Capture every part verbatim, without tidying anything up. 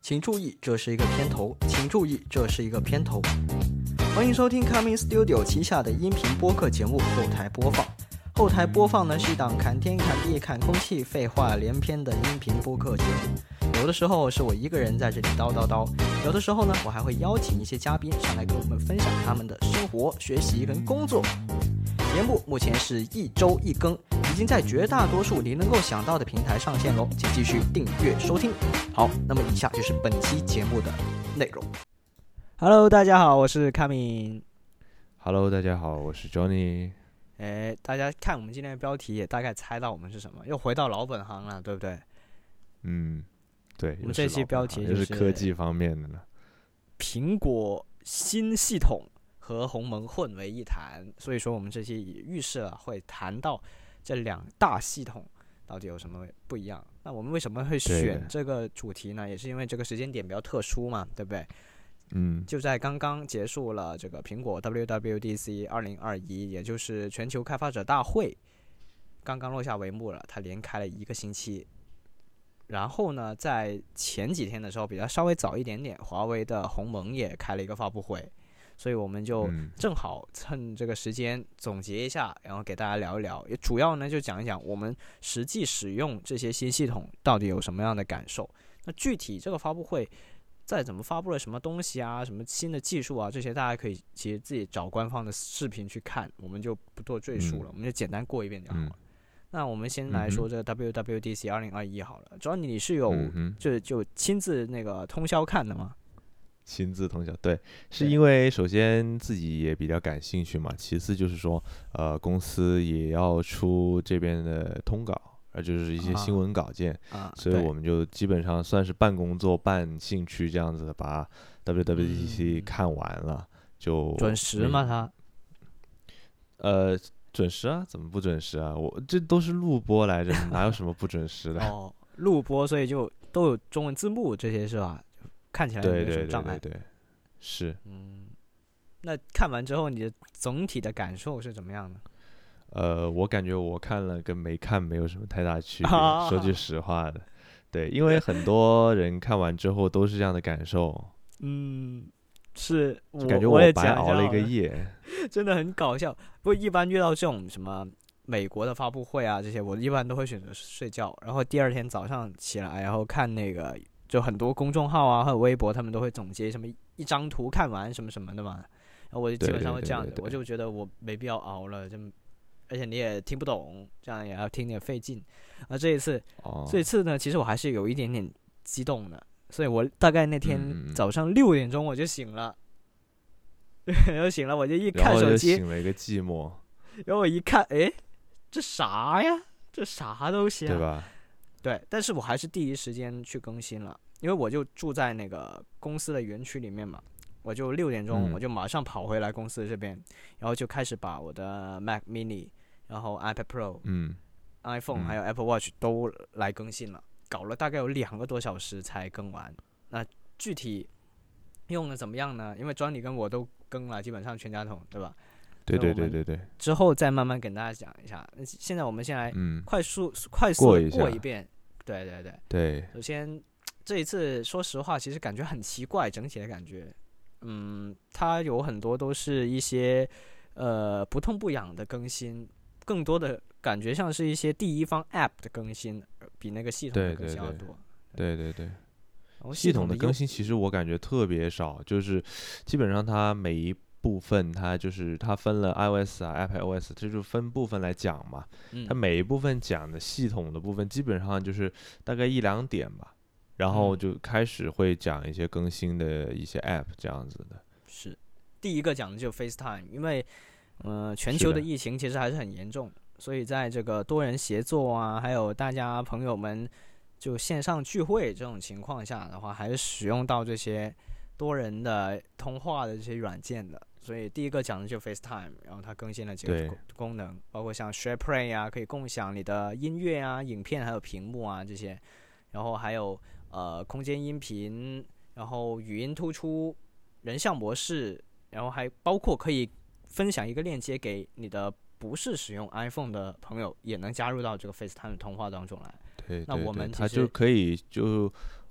请注意，这是一个片头。请注意，这是一个片头。欢迎收听 Coming Studio 旗下的音频播客节目后台播放。后台播放呢是一档侃天侃地侃空气废话连篇的音频播客节目。有的时候是我一个人在这里叨叨叨，有的时候呢我还会邀请一些嘉宾上来跟我们分享他们的生活、学习跟工作。节目目前是一周一更，已经在绝大多数你能够想到的平台上线喽，请继续订阅收听。好，那么以下就是本期节目的内容。Hello， 大家好，我是 Coming。Hello， 大家好，我是 Johnny。 哎，大家看我们今天的标题也大概猜到我们是什么，又回到老本行了，对不对？ 嗯，对。 我们这期标题就是科技方面的了。 苹果新系统和鸿蒙混为一谈，所以说我们这期也预示了会谈到这两大系统到底有什么不一样。那我们为什么会选这个主题呢？也是因为这个时间点比较特殊嘛，对不对？ 嗯， 就在刚刚结束了这个苹果 W W D C 二零二一，也就是全球开发者大会，刚刚落下帷幕了，它连开了一个星期。然后呢，在前几天的时候，比较稍微早一点点，华为的鸿蒙也开了一个发布会，所以我们就正好趁这个时间总结一下，然后给大家聊一聊，也主要呢就讲一讲我们实际使用这些新系统到底有什么样的感受。那具体这个发布会再怎么发布了什么东西啊，什么新的技术啊，这些大家可以其实自己找官方的视频去看，我们就不多赘述了，嗯、我们就简单过一遍就好了。嗯、那我们先来说这个 W W D C 二零二一好了，主要你是有、嗯、就就亲自那个通宵看的吗？ 亲自通宵，对，是因为首先自己也比较感兴趣嘛，其次就是说，呃，公司也要出这边的通稿。呃，就是一些新闻稿件、啊啊，所以我们就基本上算是半工作半兴趣这样子把 W W D C 看完了，嗯、就准时吗？它？ 呃，准时啊，怎么不准时啊？我这都是录播来着，哪有什么不准时的？ 哦，录播，所以就都有中文字幕这些是吧？看起来没有什么障碍。 对对对对对，是。 嗯，那看完之后，你的总体的感受是怎么样的？ 呃，我感觉我看了跟没看没有什么太大区别，啊、说句实话的，对，因为很多人看完之后都是这样的感受。 嗯，是，我感觉我白熬了一个夜， 真的很搞笑。不过一般遇到这种什么美国的发布会啊这些，我一般都会选择睡觉，然后第二天早上起来，然后看那个，就很多公众号啊或者微博，他们都会总结什么一张图看完什么什么的嘛，然后我就基本上会这样子，我就觉得我没必要熬了，就。而且你也听不懂，这样也要听点费劲。而这一次，哦、这一次呢，其实我还是有一点点激动的，所以我大概那天早上六点钟我就醒了，然后醒了我就一看手机， 醒了一个寂寞。 然后我一看，哎，这啥呀？这啥东西啊？ 对吧？ 对，但是我还是第一时间去更新了，因为我就住在那个公司的园区里面嘛。我就六点钟，我就马上跑回来公司这边、嗯，然后就开始把我的 Mac Mini， 然后 iPad Pro， 嗯 ，iPhone 还有 Apple Watch 都来更新了，搞了大概有两个多小时才更完。那具体用的怎么样呢？因为Johnny跟我都更了，基本上全家桶，对吧？ 对对对对对。 之后再慢慢跟大家讲一下。现在我们先来快速、嗯、快速过一, 过一遍。对对对。 对。 首先这一次说实话，其实感觉很奇怪，整体的感觉。嗯，它有很多都是一些呃不痛不痒的更新，更多的感觉像是一些第一方 App 的更新，比那个系统的更新要多。 对对 对, 对, 对，系统的更新其实我感觉特别少，就是基本上它每一部分它就是它分了 iOS 啊 iPadOS， 这就分部分来讲嘛、嗯，它每一部分讲的系统的部分基本上就是大概一两点吧。然后就开始会讲一些更新的一些 App 这样子的。 是，第一个讲的就 FaceTime， 因为呃全球的疫情其实还是很严重，所以在这个多人协作啊，还有大家朋友们就线上聚会这种情况下的话，还是使用到这些多人的通话的这些软件的。所以第一个讲的就 FaceTime， 然后它更新了几个功能，包括像 SharePlay 啊，可以共享你的音乐啊、影片还有屏幕啊这些，然后还有。呃，空间音频，然后语音突出，人像模式，然后还包括可以分享一个链接给你的不是使用 iPhone 的朋友，也能加入到这个 FaceTime 通话当中来。 对， 那我们它就可以就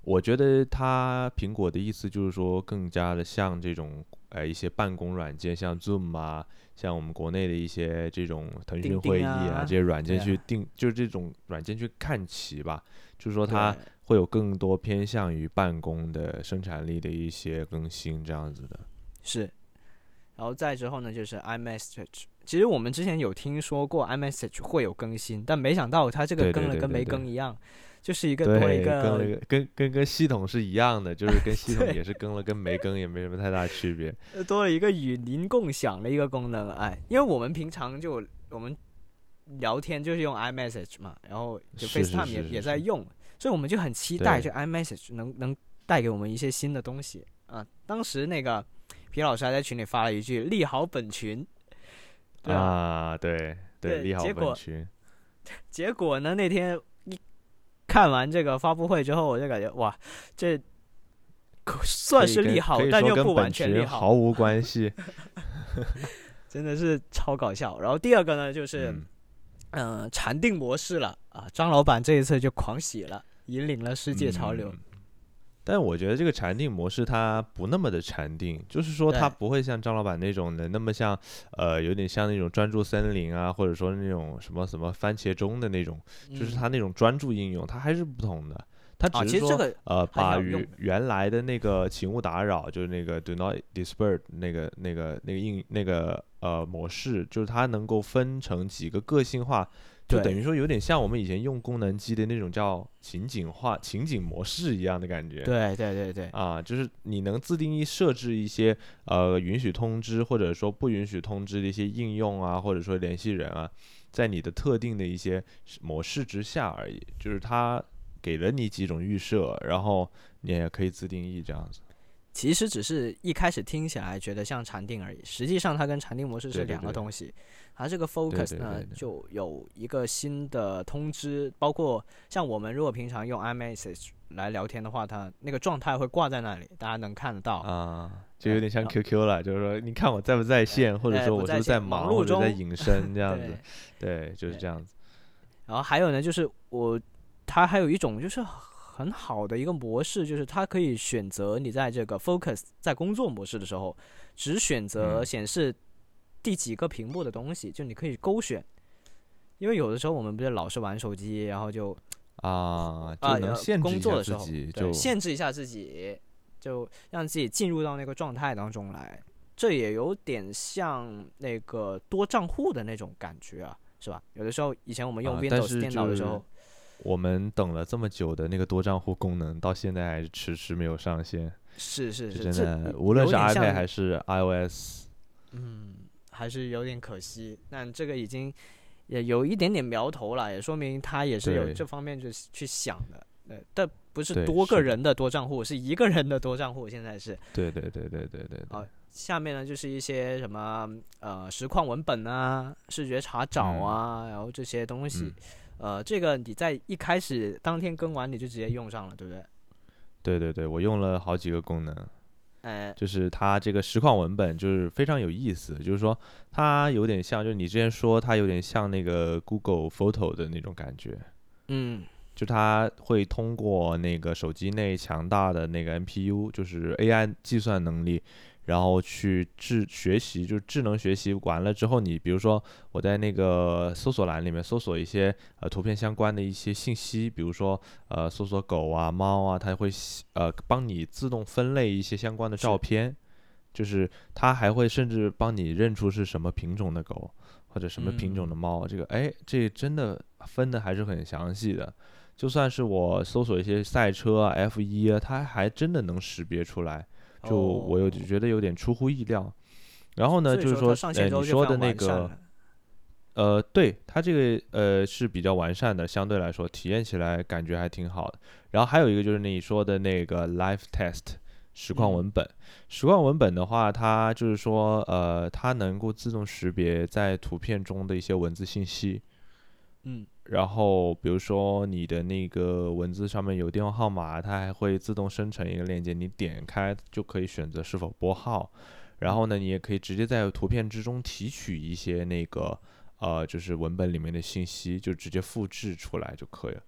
我觉得它苹果的意思就是说，更加的像这种呃一些办公软件，像 Zoom 啊，像我们国内的一些这种腾讯会议啊， 钉钉啊这些软件去对啊定，就是这种软件去看齐吧。就是说它会有更多偏向于办公的生产力的一些更新，这样子的。 是，然后再之后呢，就是 iMessage。其实我们之前有听说过 iMessage 会有更新，但没想到它这个更了跟没更一样，就是一个多了一个， 对，跟跟跟跟系统是一样的，就是跟系统也是更了，跟没更也没什么太大区别。 多了一个语音共享的一个功能。哎，因为我们平常就我们聊天就是用 iMessage 嘛，然后就 FaceTime 也也在用，所以我们就很期待这 iMessage 能能带给我们一些新的东西啊。当时那个皮老师还在群里发了一句利好本群，对啊，对对， 利好本群。 结果呢，那天一看完这个发布会之后，我就感觉哇，这算是利好，但又不完全利好， 毫无关系。 真的是超搞笑。然后第二个呢，就是嗯、呃，禅定模式了啊，张老板这一次就狂喜了，引领了世界潮流。 嗯，但我觉得这个禅定模式它不那么的禅定，就是说它不会像张老板那种的那么像呃有点像那种专注森林啊，或者说那种什么什么番茄钟的那种，就是它那种专注应用，它还是不同的。它只是说、啊、 这个呃把原来的那个请勿打扰，就是那个 Do Not Disturb 那个那个那个应那个呃模式，就是它能够分成几个个性化。就等于说有点像我们以前用功能机的那种叫情景化情景模式一样的感觉。 对对对对， 啊，就是你能自定义设置一些呃允许通知或者说不允许通知的一些应用啊，或者说联系人啊，在你的特定的一些模式之下而已。就是它给了你几种预设，然后你也可以自定义这样子。 其实只是一开始听起来觉得像禅定而已，实际上它跟禅定模式是两个东西。对对对，它这个 focus 呢， 对对对对， 就有一个新的通知，包括像我们如果平常用 iMessage 来聊天的话，它那个状态会挂在那里，大家能看得到啊，就有点像 Q Q 了，就是说你看我在不在线，或者说我是不是在忙或者在隐身这样子。对, 对，就是这样子。 然后还有呢，就是我它还有一种就是很好的一个模式，就是它可以选择你在这个 focus 在工作模式的时候，只选择显示第几个屏幕的东西，嗯、就你可以勾选。因为有的时候我们不是老是玩手机，然后就啊，就能限制一下自己， 就限制一下自己，就让自己进入到那个状态当中来。这也有点像那个多账户的那种感觉啊，是吧？有的时候以前我们用 Windows 电脑的时候。 我们等了这么久的那个多账户功能，到现在还是迟迟没有上线。 是是是， 真的，无论是 iPad 还是 iOS， 嗯，还是有点可惜。但这个已经也有一点点苗头了，也说明他也是有这方面去去想的。对，但不是多个人的多账户，是一个人的多账户。现在是。 对对对对对对。 好，下面呢就是一些什么呃实况文本啊、视觉查找啊，嗯、然后这些东西。嗯呃，这个你在一开始当天更完你就直接用上了，对不对？ 对对对，我用了好几个功能。 呃， 就是它这个实况文本就是非常有意思，就是说它有点像，就是你之前说它有点像那个 Google Photo 的那种感觉。 嗯， 就它会通过那个手机内强大的那个 N P U， 就是 A I 计算能力。然后去智学习，就是智能学习完了之后，你比如说我在那个搜索栏里面搜索一些呃图片相关的一些信息，比如说呃搜索狗啊、猫啊，它会呃帮你自动分类一些相关的照片，就是它还会甚至帮你认出是什么品种的狗或者什么品种的猫。嗯、这个哎，这真的分的还是很详细的。就算是我搜索一些赛车啊、F 一啊，它还真的能识别出来。就我有觉得有点出乎意料，然后呢，就是说，呃，你说的那个，呃，对，它这个呃是比较完善的，相对来说体验起来感觉还挺好的。然后还有一个就是你说的那个 Live Test 实况文本，嗯、实况文本的话，它就是说，呃，它能够自动识别在图片中的一些文字信息， 嗯。 然后比如说你的那个文字上面有电话号码，它还会自动生成一个链接，你点开就可以选择是否拨号。然后呢，你也可以直接在图片之中提取一些那个呃，就是文本里面的信息，就直接复制出来就可以了。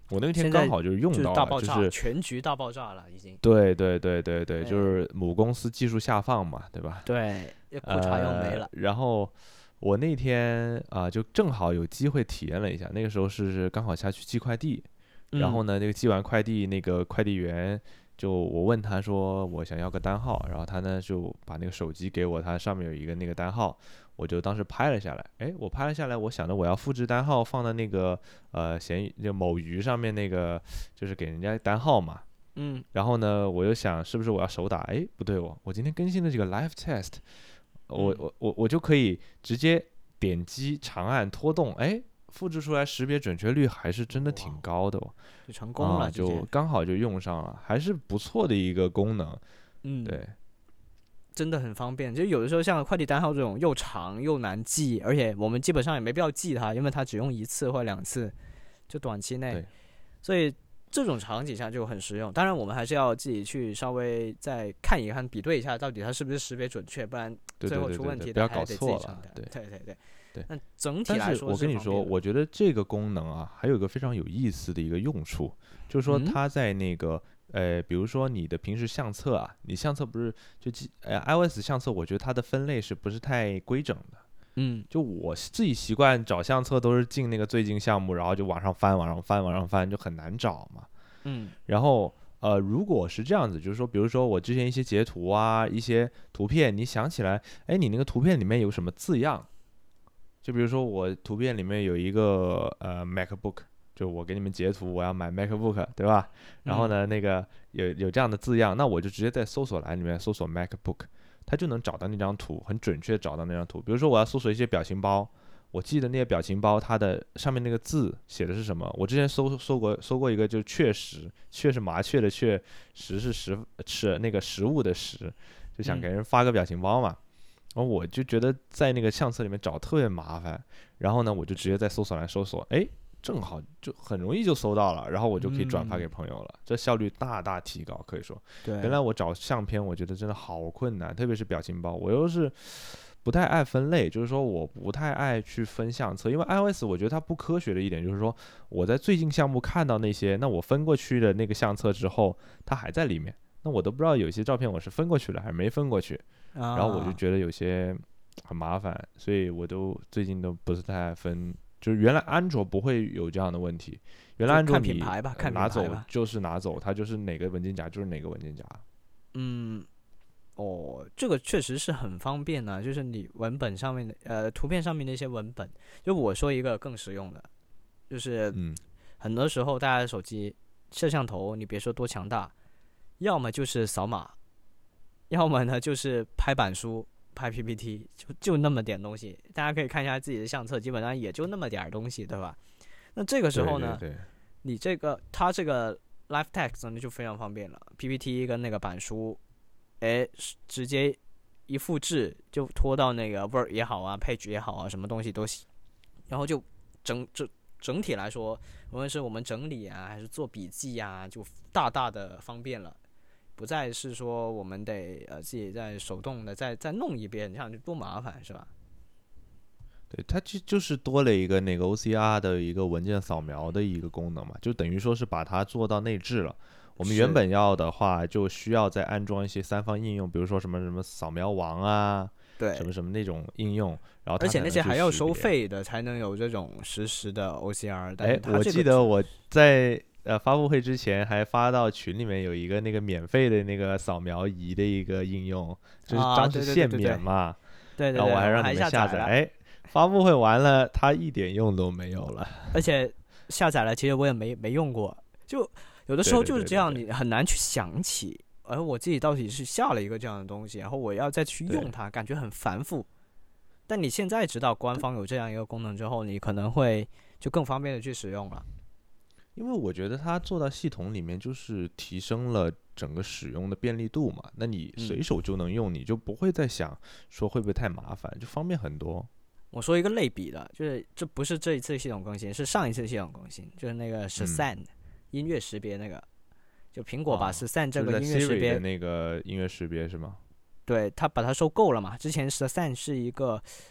我那天刚好就用到了， 大爆炸， 就是全局大爆炸了已经。 对对对对对，就是母公司技术下放嘛，对吧？ 对，裤衩又没了。 呃、然后我那天啊、呃，就正好有机会体验了一下，那个时候是刚好下去寄快递，然后呢，那个寄完快递，那个快递员就我问他说我想要个单号，然后他呢就把那个手机给我，他上面有一个那个单号。我就当时拍了下来，哎，我拍了下来，我想着我要复制单号放在那个呃闲鱼就某鱼上面那个，就是给人家单号嘛， 嗯， 然后呢，我又想是不是我要手打，哎，不对哦，我今天更新的这个 live test， 我我我我就可以直接点击长按拖动，哎，复制出来识别准确率还是真的挺高的哦， 就成功了， 啊，就刚好就用上了，还是不错的一个功能， 嗯， 对。 真的很方便，就有的时候像快递单号这种又长又难记，而且我们基本上也没必要记它，因为它只用一次或两次，就短期内，所以这种场景下就很实用。当然，我们还是要自己去稍微再看一看、比对一下，到底它是不是识别准确，不然最后出问题的还得自己承担。对对对对对。那整体来说， 我跟你说，我觉得这个功能啊，还有一个非常有意思的一个用处，就是说它在那个。嗯呃，比如说你的平时相册啊，你相册不是就呃 iOS 相册，我觉得它的分类是不是太规整的？ 嗯， 就我自己习惯找相册都是进那个最近项目，然后就往上翻，往上翻，往上翻，就很难找嘛。 嗯， 然后呃，如果是这样子，就是说，比如说我之前一些截图啊，一些图片，你想起来，哎，你那个图片里面有什么字样？就比如说我图片里面有一个呃 MacBook。就我给你们截图，我要买 MacBook， 对吧？然后呢，那个有有这样的字样，那我就直接在搜索栏里面搜索 MacBook， 它就能找到那张图，很准确找到那张图。比如说我要搜索一些表情包，我记得那些表情包它的上面那个字写的是什么？我之前搜搜过搜过一个，就是确实，确是麻雀的雀，食是食是那个食物的食，就想给人发个表情包嘛。然后我就觉得在那个相册里面找特别麻烦，然后呢，我就直接在搜索栏搜索，哎。正好就很容易就搜到了，然后我就可以转发给朋友了，嗯、这效率大大提高，可以说。 对。 原来我找相片，我觉得真的好困难，特别是表情包，我又是不太爱分类，就是说我不太爱去分相册，因为 iOS 我觉得它不科学的一点就是说，我在最近项目看到那些，那我分过去的那个相册之后，它还在里面，那我都不知道有些照片我是分过去了还是没分过去， 啊、 然后我就觉得有些很麻烦，所以我都最近都不是太爱分。就是原来安卓不会有这样的问题，原来安卓你拿走就是拿走，它就是哪个文件夹就是哪个文件夹。 嗯，哦，这个确实是很方便的、啊，就是你文本上面的呃图片上面的一些文本，就我说一个更实用的，就是嗯， 很多时候大家的手机摄像头，你别说多强大，要么就是扫码，要么呢就是拍板书。拍 P P T 就就那么点东西，大家可以看一下自己的相册，基本上也就那么点东西，对吧？那这个时候呢， 对对对你这个它这个 Live Text 呢就非常方便了 ，P P T 跟那个板书，哎，直接一复制就拖到那个 Word 也好啊 ，Page 也好啊，什么东西都行，然后就整整整体来说，无论是我们整理啊，还是做笔记啊，就大大的方便了。不再是说我们得呃自己再手动的再再弄一遍，这样就多麻烦，是吧？ 对，它就就是多了一个那个 O C R 的一个文件扫描的一个功能嘛，就等于说是把它做到内置了。我们原本要的话，就需要再安装一些三方应用，比如说什么什么扫描王啊， 对， 什么什么那种应用，然后它而且那些还要收费的，才能有这种实时的 O C R。 哎，我记得我在。呃，发布会之前还发到群里面有一个那个免费的那个扫描仪的一个应用，就是张是限免嘛， 对对对， 然后我还让你们下载，哎，发布会完了，它一点用都没有了。 而且下载了，其实我也没没用过，就有的时候就是这样，你很难去想起，而我自己到底是下了一个这样的东西，然后我要再去用它，感觉很繁复。但你现在知道官方有这样一个功能之后，你可能会就更方便的去使用了。 因为我觉得它做到系统里面就是提升了整个使用的便利度嘛，那你随手就能用，你就不会再想说会不会太麻烦，就方便很多。 我说一个类比的，就是这不是这一次系统更新，是上一次系统更新，就是那个 Shazam、嗯、音乐识别那个，就苹果把 Shazam 这个音乐识别、 哦、的那个音乐识别是吗？ 对，它把它收购了嘛。之前 Shazam 是一个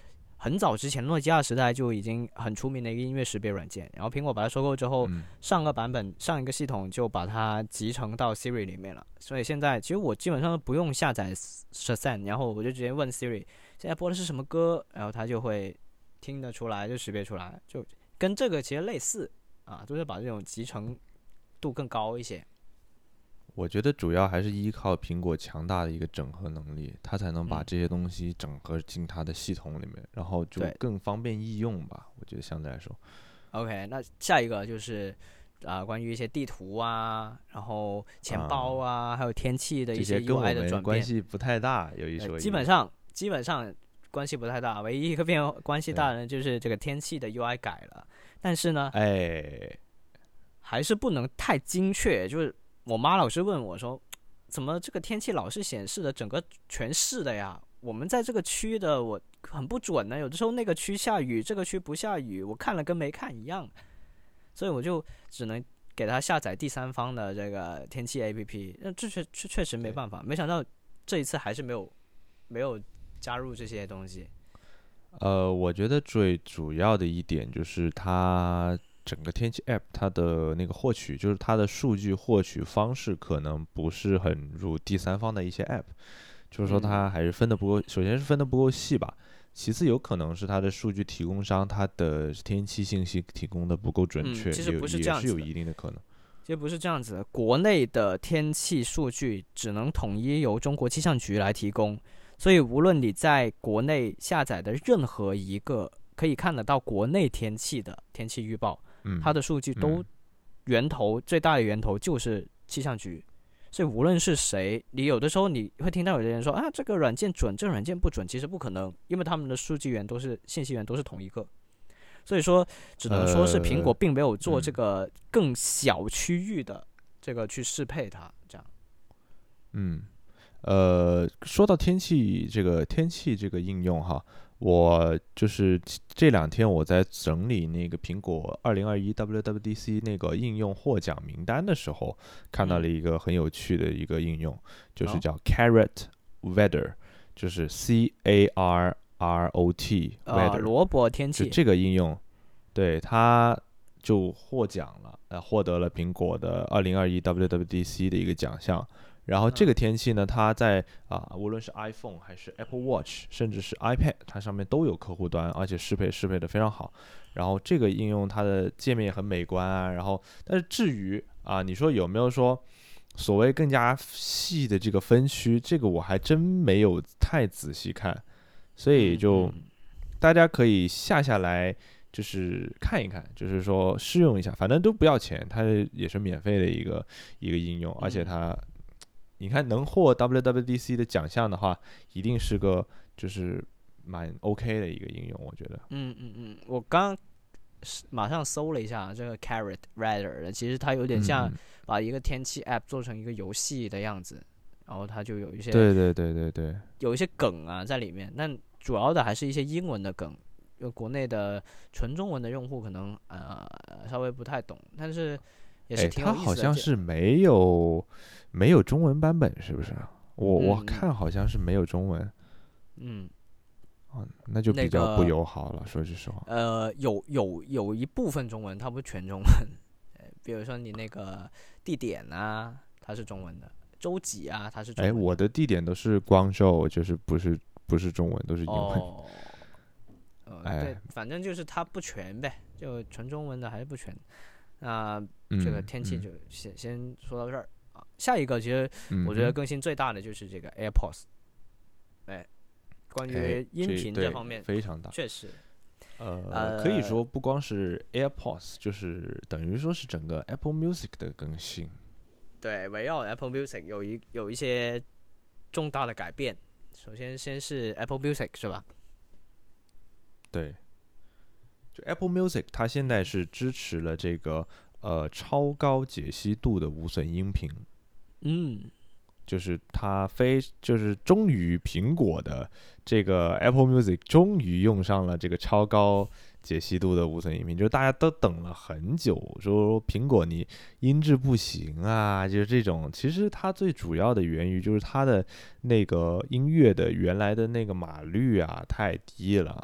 很早之前诺基亚时代就已经很出名的一个音乐识别软件，然后苹果把它收购之后， 嗯、 上个版本上一个系统就把它集成到 Siri 里面了，所以现在其实我基本上都不用下载 Shazam， 然后我就直接问 Siri 现在播的是什么歌，然后它就会听得出来，就识别出来，就跟这个其实类似啊，都是把这种集成度更高一些。 我觉得主要还是依靠苹果强大的一个整合能力，它才能把这些东西整合进它的系统里面，嗯、然后就更方便易用吧。我觉得相对来说。 OK， 那下一个就是啊、呃，关于一些地图啊，然后钱包啊，啊还有天气的一些 U I 的转变， 这些跟我们关系不太大，有一说一。 基本上基本上关系不太大，唯一一个变关系大的就是这个天气的 U I 改了，但是呢， 哎， 还是不能太精确，就是。我妈老是问我说：“怎么这个天气老是显示的整个全市的呀？我们在这个区的我很不准呢，有的时候那个区下雨，这个区不下雨，我看了跟没看一样。”所以我就只能给她下载第三方的这个天气 A P P， 那这确确确实没办法。没想到这一次还是没有没有加入这些东西。 呃，我觉得最主要的一点就是它。整个天气 App 它的那个获取，就是它的数据获取方式可能不是很如第三方的一些 App， 就是说它还是分的不够，首先是分的不够细吧，其次有可能是它的数据提供商它的天气信息提供的不够准确， 嗯、其实不是这样子的， 也是有一定的可能。 其实不是这样子的，国内的天气数据只能统一由中国气象局来提供，所以无论你在国内下载的任何一个可以看得到国内天气的天气预报。它的数据都源头、嗯、最大的源头就是气象局，所以无论是谁，你有的时候你会听到有的人说啊，这个软件准，这个软件不准，其实不可能，因为他们的数据源都是信息源都是同一个，所以说只能说是苹果并没有做这个更小区域的这个去适配它这样。 嗯，呃，说到天气这个天气这个应用哈。我就是这两天我在整理那个苹果二零二一 W W D C 那个应用获奖名单的时候，看到了一个很有趣的一个应用，嗯、就是叫 Carrot Weather， 就是 C A R R O T Weather， 萝卜天气。 就这个应用，对，它就获奖了，呃，获得了苹果的二零二一 W W D C 的一个奖项。然后这个天气呢，它在啊，无论是 iPhone 还是 Apple Watch， 甚至是 iPad， 它上面都有客户端，而且适配适配的非常好。然后这个应用它的界面也很美观啊。然后，但是至于啊，你说有没有说所谓更加细的这个分区，这个我还真没有太仔细看，所以就大家可以下下来。就是看一看，就是说试用一下，反正都不要钱，它也是免费的一个一个应用，而且它。你看能获 W W D C 的奖项的话，一定是个就是蛮 OK 的一个应用，我觉得。 嗯嗯嗯，我刚马上搜了一下这个 Carrot Weather， 其实它有点像把一个天气 App 做成一个游戏的样子，然后它就有一些对对对对对， 有一些梗啊在里面，但主要的还是一些英文的梗，因为国内的纯中文的用户可能呃稍微不太懂，但是也是挺有意思的。 它好像是没有。没有中文版本是不是？我、 嗯、 我看好像是没有中文。 嗯， 哦，那就比较不友好了，那個、说句实话。 呃，有有有一部分中文，它不全中文。比如说你那个地点啊，它是中文的；周几啊，它是中文的。 哎，我的地点都是光州，就是不是不是中文，都是英文。 哦。呃、哎，对，反正就是它不全呗，就纯中文的还是不全。那、呃、这个天气就先、嗯嗯、先说到这儿。下一个其实我觉得更新最大的就是这个 AirPods， 哎，关于音频这方面非常大， 确实， 呃，可以说不光是 AirPods， 就是等于说是整个 Apple Music 的更新。 对，围绕 Apple Music 有一有一些重大的改变。首先，先是 Apple Music 是吧？ 对，就 Apple Music 它现在是支持了这个呃超高解析度的无损音频。 嗯， 就是它非就是终于苹果的这个 Apple Music 终于用上了这个超高解析度的无损音频，就是大家都等了很久，说苹果你音质不行啊，就是这种。其实它最主要的源于就是它的那个音乐的原来的那个码率啊太低了。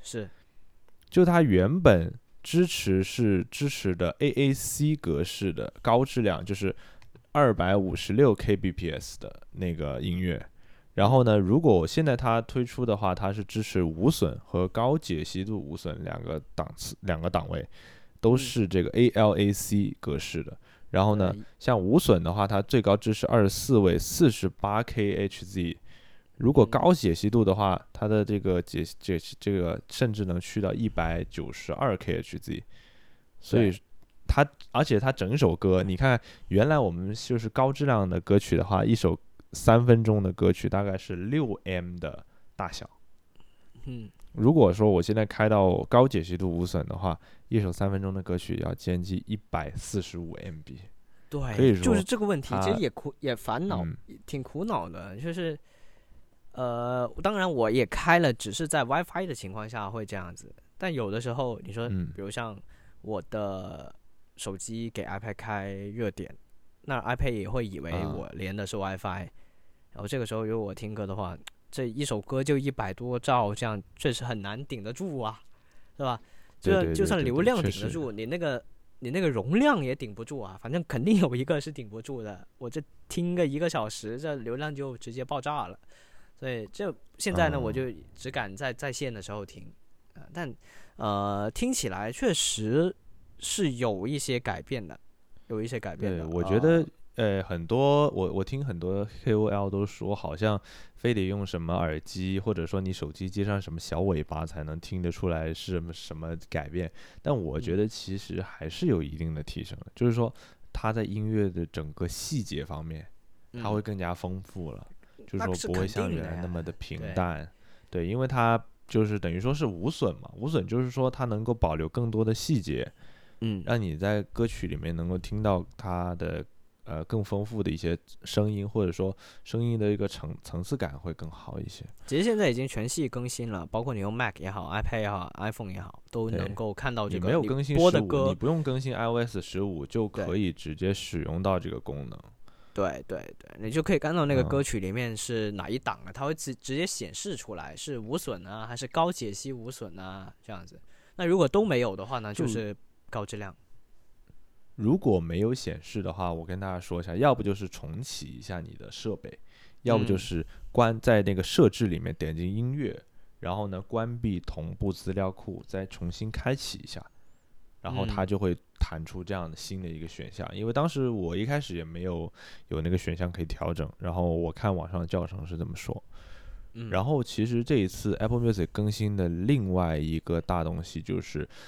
是， 就它原本支持是支持的 A A C 格式的高质量，就是二百五十六 K B P S 的那个音乐。然后呢，如果现在它推出的话，它是支持无损和高解析度无损两个档次、两个档位，都是这个 A L A C 格式的。然后呢，像无损的话，它最高支持二十四位 四十八 K H Z。如果高解析度的话，它的这个解解这个甚至能去到一百九十二 K H Z。所以它，而且它整首歌，你看，原来我们就是高质量的歌曲的话，一首三分钟的歌曲大概是六 M 的大小。 嗯， 如果说我现在开到高解析度无损的话，一首三分钟的歌曲要接近一百四十五 M B。 对， 可以说就是这个问题，其实也苦也烦恼、 嗯， 挺苦恼的。就是呃，当然我也开了，只是在 WiFi 的情况下会这样子。但有的时候，你说， 嗯比如像我的手机给 iPad 开热点，那 iPad 也会以为我连的是 WiFi，、啊、然后这个时候如果我听歌的话，这一首歌就一百多兆，这样确实很难顶得住啊，是吧？就对对对就算流量对对顶得住，你那个你那个容量也顶不住啊，反正肯定有一个是顶不住的。我这听个一个小时，这流量就直接爆炸了。所以这现在呢， 嗯我就只敢在在线的时候听，呃、但呃听起来确实是有一些改变的，有一些改变的。 对，我觉得呃、 呃很多我我听很多 K O L 都说，好像非得用什么耳机，或者说你手机接上什么小尾巴才能听得出来是什么什么改变。但我觉得其实还是有一定的提升的，就是说它在音乐的整个细节方面，它会更加丰富了。 嗯就是说不会像原来那么的平淡。 对， 对，因为它就是等于说是无损嘛，无损就是说它能够保留更多的细节， 嗯， 让你在歌曲里面能够听到它的呃更丰富的一些声音，或者说声音的一个层层次感会更好一些。 其实现在已经全系更新了，包括你用 Mac 也好 ，iPad 也好 ，iPhone 也好，都能够看到这个。 你没有更新播的歌， 你不用更新 iOS 十五就可以直接使用到这个功能。 对对对，你就可以看到那个歌曲里面是哪一档啊，它会直直接显示出来是无损啊，还是高解析无损啊这样子。那如果都没有的话呢，就是高质量。 如果没有显示的话，我跟大家说一下，要不就是重启一下你的设备，要不就是关在那个设置里面点进音乐，然后呢关闭同步资料库，再重新开启一下，然后它就会弹出这样的新的一个选项。因为当时我一开始也没有有那个选项可以调整，然后我看网上的教程是这么说。然后其实这一次 Apple Music 更新的另外一个大东西就是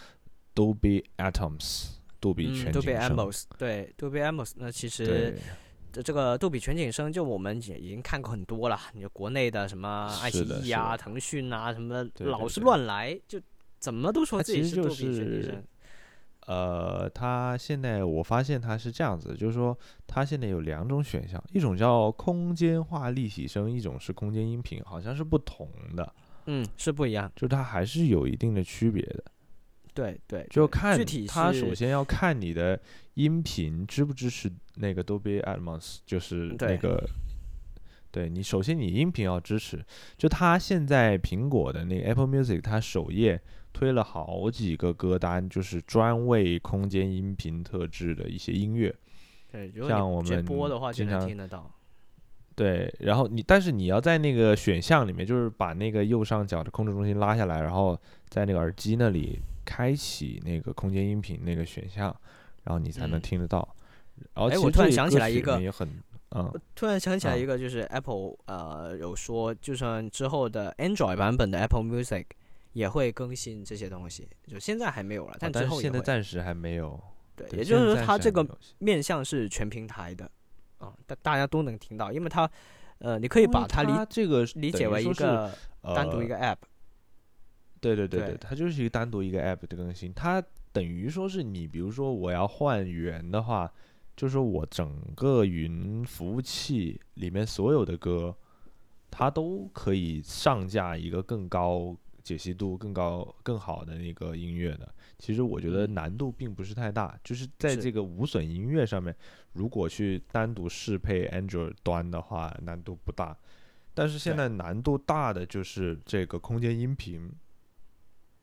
Dolby Atmos。杜比全景声， 嗯、Dolby Atmos， 对 Dolby Atmos， 那其实这个杜比全景声，就我们也已经看过很多了。你国内的什么爱奇艺啊、腾讯啊，什么老是乱来，就怎么都说自己是杜比全景声。 呃，它现在我发现它是这样子，就是说它现在有两种选项，一种叫空间化立体声，一种是空间音频，好像是不同的。 嗯，是不一样， 就它还是有一定的区别的。 对对， 就看具体它首先要看你的音频支不支持那个 Dolby Atmos， 就是那个，对, 对你首先你音频要支持。就它现在苹果的那个 Apple Music， 它首页推了好几个歌单，就是专为空间音频特制的一些音乐。 对， 像我们播的话就能听得到。 对，然后你但是你要在那个选项里面，就是把那个右上角的控制中心拉下来，然后在那个耳机那里开启那个空间音频那个选项，然后你才能听得到。嗯、然后其实我突然想起来一个， 也很，嗯， 我突然想起来一个，就是 Apple、嗯、呃有说，就算之后的 Android 版本的 Apple Music 也会更新这些东西，就现在还没有了，但之后也会、 啊、但是现在暂时还没有。 对，也就是说它这个面向是全平台的啊，大、嗯、大家都能听到，因为它呃你可以把它理它这个理解为一个单独一个 App。 呃对对对对， 对，它就是一个单独一个 app 的更新，它等于说是你，比如说我要换源的话，就是说我整个云服务器里面所有的歌，它都可以上架一个更高解析度、更高、更好的那个音乐的。其实我觉得难度并不是太大，就是在这个无损音乐上面，如果去单独适配 Android 端的话，难度不大。但是现在难度大的就是这个空间音频。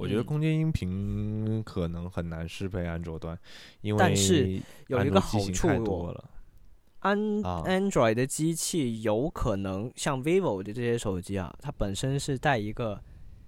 我觉得空间音频可能很难适配安卓端，因为但是有一个好处太多了。 安、啊、Android 的机器有可能像 vivo 的这些手机啊，它本身是带一个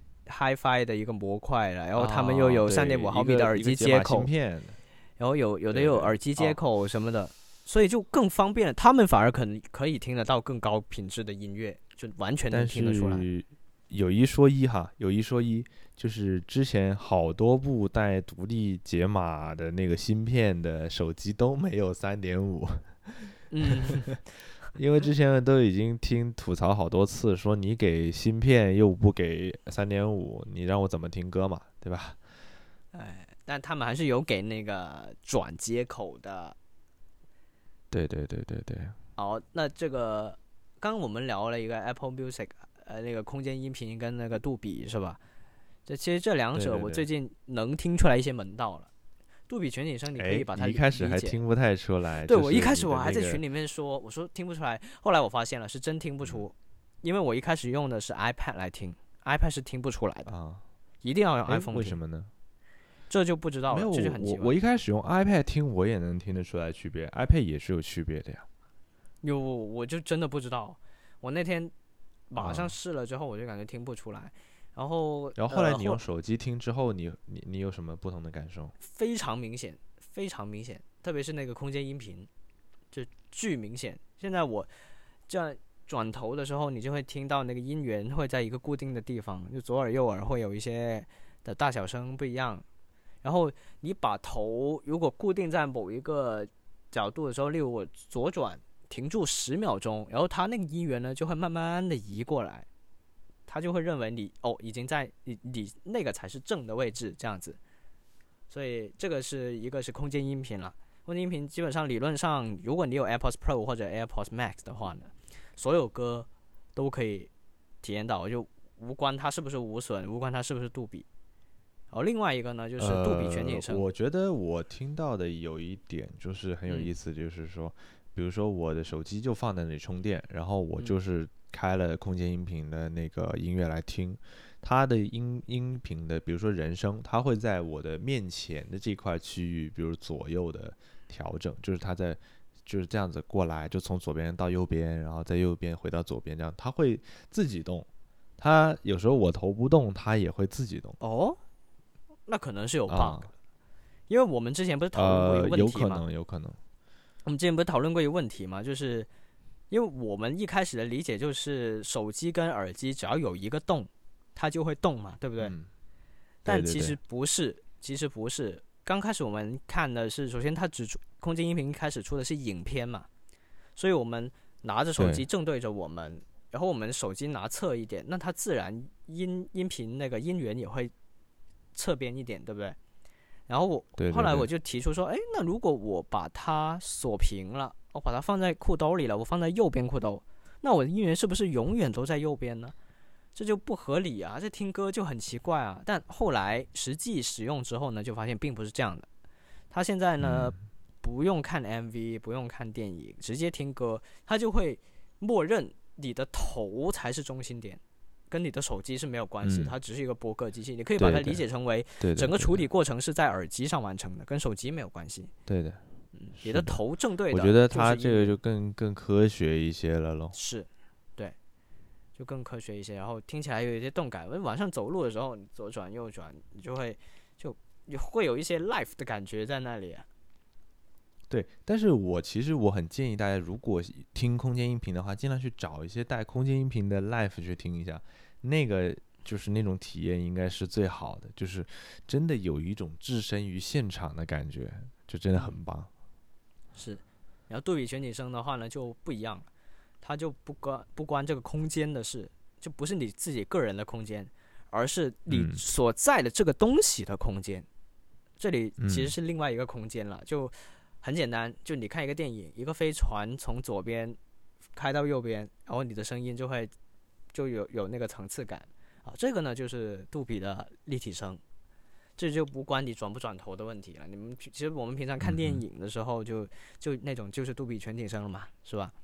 HiFi 的一个模块的，然后他们又有 三点五 毫米的耳机接口，然后有有的有耳机接口什么的，所以就更方便了。他们反而可能可以听得到更高品质的音乐，就完全能听得出来。 有一说一哈，有一说一，就是之前好多部带独立解码的那个芯片的手机都没有 三点五。 嗯， 因为之前都已经听吐槽好多次，说你给芯片又不给 三点五， 你让我怎么听歌嘛，对吧？ 哎，但他们还是有给那个转接口的。 对对对对对。 好，那这个刚刚我们聊了一个 Apple Music， 呃，那个空间音频跟那个杜比是吧？这其实这两者我最近能听出来一些门道了。杜比全景声，你可以把它理解。 一开始还听不太出来。 对， 就是、 我一开始我还在群里面说，我说听不出来，后来我发现了是真听不出，嗯、因为我一开始用的是 iPad 来听 ，iPad 是听不出来的啊， 一定要用 iPhone 听。 为什么呢？ 这就不知道了， 没有， 这就很奇怪。 我我一开始用 iPad 听，我也能听得出来区别 ，iPad 也是有区别的呀。 有，我就真的不知道，我那天马上试了之后，我就感觉听不出来。啊然后， 然后后来你用手机听之后，你你你有什么不同的感受？ 非常明显，非常明显，特别是那个空间音频，就巨明显。现在我这样转头的时候，你就会听到那个音源会在一个固定的地方，就左耳右耳会有一些的大小声不一样。然后你把头如果固定在某一个角度的时候，例如我左转停住十秒钟，然后它那个音源呢就会慢慢的移过来。他就会认为你哦已经在你你那个才是正的位置这样子，所以这个是一个是空间音频了。空间音频基本上理论上，如果你有 AirPods Pro 或者 AirPods Max 的话呢，所有歌都可以体验到，就无关它是不是无损，无关它是不是杜比。然后另外一个呢就是杜比全景声。 呃、我觉得我听到的有一点就是很有意思，就是说、嗯、比如说我的手机就放在那里充电，然后我就是开了空间音频的那个音乐来听，它的音音频的比如说人声，它会在我的面前的这块区域比如左右的调整，就是它在就是这样子过来，就从左边到右边，然后在右边回到左边，这样它会自己动。它有时候我头不动，它也会自己动。 哦，那可能是有 bug、啊、因为我们之前不是讨论过一个问题吗、呃、 有可能有可能我们之前不是讨论过一个问题吗？就是因为我们一开始的理解就是手机跟耳机只要有一个动它就会动嘛，对不对？ 嗯、 但其实不是，对对对其实不是。刚开始我们看的是，首先它只出空间音频一开始出的是影片嘛，所以我们拿着手机正对着我们，然后我们手机拿侧一点，那它自然音音频那个音源也会侧边一点，对不对？然后我对对对后来我就提出说，哎，那如果我把它锁屏了，我把它放在裤兜里了，我放在右边裤兜，那我的音源是不是永远都在右边呢？这就不合理啊，这听歌就很奇怪啊。但后来实际使用之后呢，就发现并不是这样的。它现在呢、嗯、不用看 M V， 不用看电影，直接听歌，它就会默认你的头才是中心点，跟你的手机是没有关系、嗯、它只是一个播歌机器。你可以把它理解成为整个处理过程是在耳机上完成的，跟手机没有关系。 对的， 嗯，你的头正对的， 我觉得它这个就更更科学一些了咯。 是，对，就更科学一些，然后听起来有一些动感。晚上走路的时候，你左转右转，你就会就会有一些 live 的感觉在那里、啊。 对，但是我其实我很建议大家，如果听空间音频的话，尽量去找一些带空间音频的 live 去听一下，那个就是那种体验应该是最好的，就是真的有一种置身于现场的感觉，就真的很棒。 是，然后杜比全景声的话呢就不一样了，它就不关不关这个空间的事，就不是你自己个人的空间，而是你所在的这个东西的空间、嗯、这里其实是另外一个空间了、嗯、就很简单，就你看一个电影，一个飞船从左边开到右边，然后你的声音就会就有有那个层次感啊，这个呢就是杜比的立体声，这就不关你转不转头的问题了。你们其实我们平常看电影的时候就，就就那种就是杜比全景声了嘛，是吧？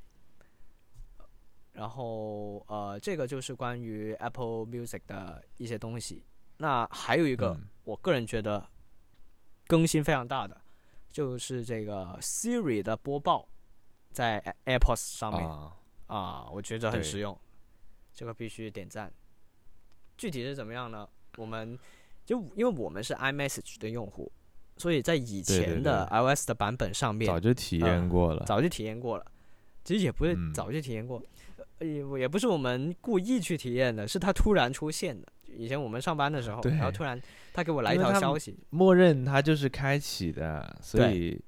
然后呃，这个就是关于 Apple Music 的一些东西。 那还有一个、 嗯、 我个人觉得更新非常大的，就是这个 Siri 的播报在 AirPods 上面啊, 啊，我觉得很实用，这个必须点赞。具体是怎么样呢？我们就因为我们是 iMessage 的用户，所以在以前的 iOS 的版本上面早就体验过了、 呃，早就体验过了。其实也不是早就体验过，嗯、也不是我们故意去体验的，是它突然出现的。以前我们上班的时候，然后突然他给我来一条消息， 默认它就是开启的，所以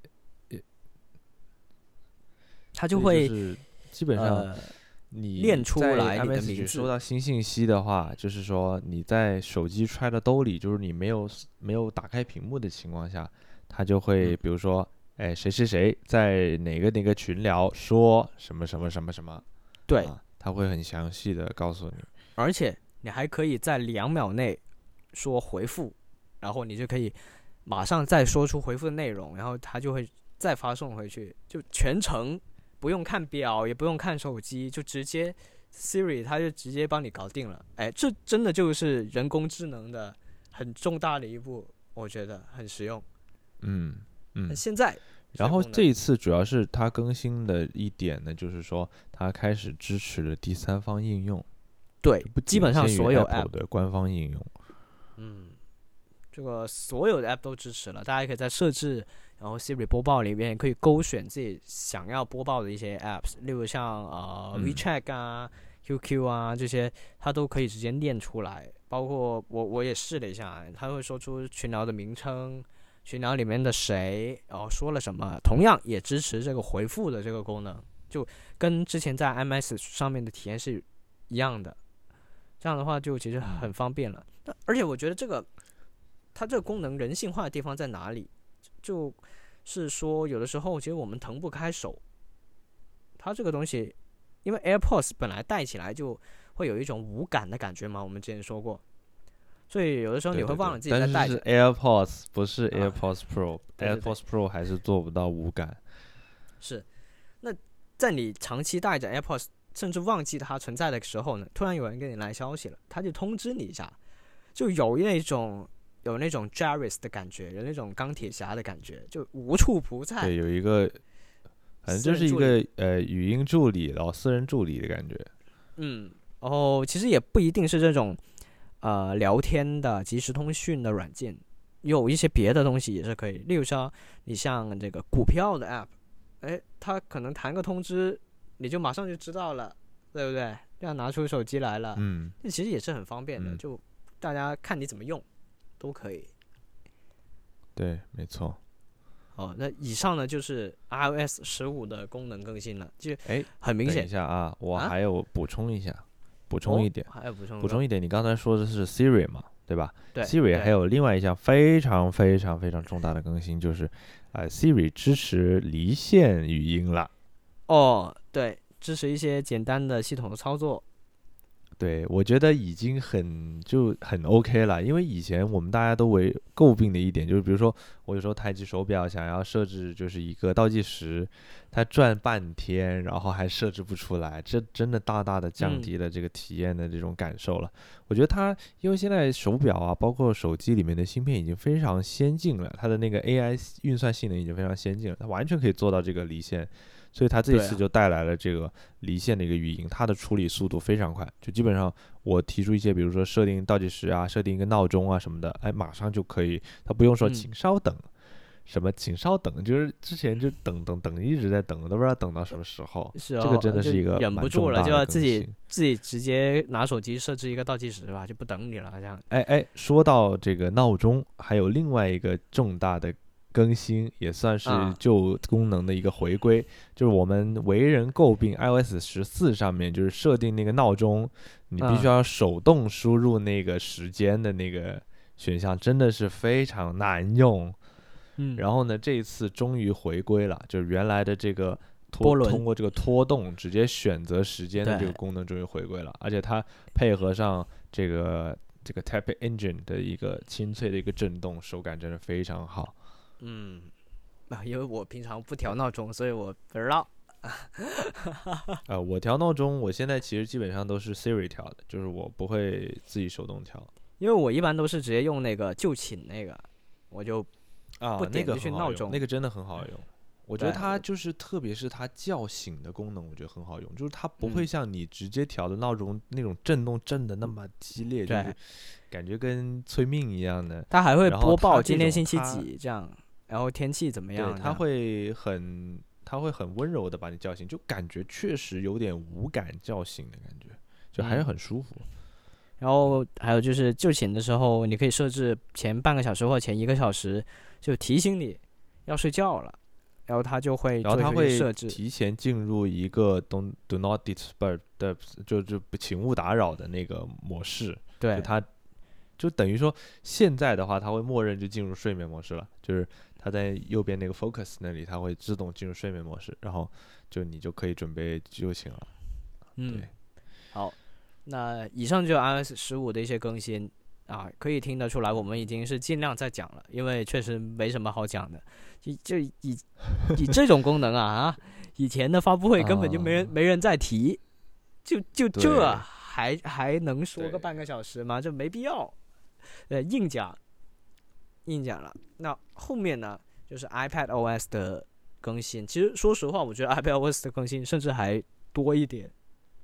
他就会就是基本上你练出来你的名字。 收到新信息的话，就是说你在手机揣到兜里，就是你没有没有打开屏幕的情况下，它就会比如说，哎，谁谁谁在哪个哪个群聊说什么什么什么什么， 对， 啊、它会很详细的告诉你， 而且你还可以在两秒内说回复，然后你就可以马上再说出回复的内容，然后它就会再发送回去，就全程不用看表，也不用看手机，就直接 Siri 它就直接帮你搞定了。哎，这真的就是人工智能的很重大的一步，我觉得很实用。 嗯嗯。 现在， 然后这一次主要是它更新的一点呢，就是说它开始支持了第三方应用。 对，基本上所有 App 的官方应用， 嗯，这个所有的 App 都支持了，大家可以在设置，然后 Siri 播报里面可以勾选自己想要播报的一些 Apps， 例如像呃、嗯、WeChat 啊、Q Q 啊这些，它都可以直接念出来。包括我我也试了一下，它会说出群聊的名称、群聊里面的谁，然后说了什么，同样也支持这个回复的这个功能，就跟之前在 iMessage 上面的体验是一样的。这样的话就其实很方便了，嗯、而且我觉得这个它这个功能人性化的地方在哪里？就是说有的时候其实我们腾不开手，它这个东西，因为 AirPods 本来戴起来就会有一种无感的感觉嘛，我们之前说过，所以有的时候你会忘了自己在戴着。 但是 AirPods 不是 AirPods Pro，AirPods、啊、Pro 还是做不到无感。 是，那在你长期戴着 AirPods。甚至忘记它存在的时候呢，突然有人给你来消息了，他就通知你一下，就有那种有那种 Jarvis 的感觉，有那种钢铁侠的感觉，就无处不在。 对，有一个，反正就是一个呃语音助理，然后私人助理的感觉。 嗯，然后其实也不一定是这种呃聊天的即时通讯的软件，有一些别的东西也是可以，例如说你像这个股票的 App， 哎，它可能弹个通知。你就马上就知道了，对不对？这样拿出手机来了， 嗯， 这其实也是很方便的， 嗯、 就大家看你怎么用，都可以。 对，没错。 哦，那以上呢就是 iOS 十五的功能更新了，就哎， 很明显。 等一下啊，我还有补充一下， 啊、 补充一点， 哦、还有补充补充一点，你刚才说的是 Siri 嘛，对吧？ 对 ，Siri 还有另外一项非常非常非常重大的更新，就是啊、呃、，Siri 支持离线语音了。 哦，对。支持一些简单的系统的操作， 对，我觉得已经很就很 OK 了。因为以前我们大家都为诟病的一点就是，比如说我有时候太极手表想要设置就是一个倒计时，它转半天，然后还设置不出来，这真的大大的降低了这个体验的这种感受了。嗯、我觉得它因为现在手表啊，包括手机里面的芯片已经非常先进了，它的那个 A I 运算性能已经非常先进了，它完全可以做到这个离线。所以它这次就带来了这个离线的一个语音，它的处理速度非常快，就基本上我提出一些，比如说设定倒计时啊，设定一个闹钟啊什么的，哎，马上就可以，它不用说请稍等，嗯、什么请稍等，就是之前就等等等一直在等，都不知道等到什么时候。 是哦， 这个真的是一个忍不住了，就要自己自己直接拿手机设置一个倒计时吧，就不等你了，这样。 哎哎，说到这个闹钟，还有另外一个重大的更新，也算是旧功能的一个回归，啊、就是我们为人诟病 iOS 十四上面就是设定那个闹钟，你必须要手动输入那个时间的那个选项，真的是非常难用。 嗯， 然后呢，这一次终于回归了，就是原来的这个拖通过这个拖动直接选择时间的这个功能终于回归了，而且它配合上这个这个 Tapping Engine 的一个清脆的一个震动，手感真的非常好。 嗯，啊，因为我平常不调闹钟，所以我不知道。 呃，我调闹钟，我现在其实基本上都是 Siri 调的，就是我不会自己手动调。 因为我一般都是直接用那个就寝那个，我就不点进去闹钟、 啊那个、那个真的很好用。我觉得它就是特别是它叫醒的功能我觉得很好用，就是它不会像你直接调的闹钟那种震动震的那么激烈、嗯、就是感觉跟催命一样的。 它还会播报今天星期几这样，然后天气怎么样， 对，它会很它会很温柔的把你叫醒，就感觉确实有点无感叫醒的感觉，就还是很舒服、 嗯、然后还有就是就寝的时候你可以设置前半个小时或前一个小时就提醒你要睡觉了，然后它就会然后它会设置提前进入一个 do do not disturb 的就就请勿打扰的那个模式。 对， 就它就等于说现在的话它会默认就进入睡眠模式了，就是它在右边那个 focus 那里它会自动进入睡眠模式，然后就你就可以准备就寝了。 嗯， 对， 好，那以上就 iOS 十五的一些更新啊，可以听得出来我们已经是尽量在讲了，因为确实没什么好讲的。就就以以这种功能啊啊，以前的发布会根本就没人、啊、没人在提，就就这还还能说个半个小时吗？这没必要。呃，硬讲硬讲了。那后面呢，就是 iPadOS 的更新。其实说实话，我觉得 iPadOS 的更新甚至还多一点。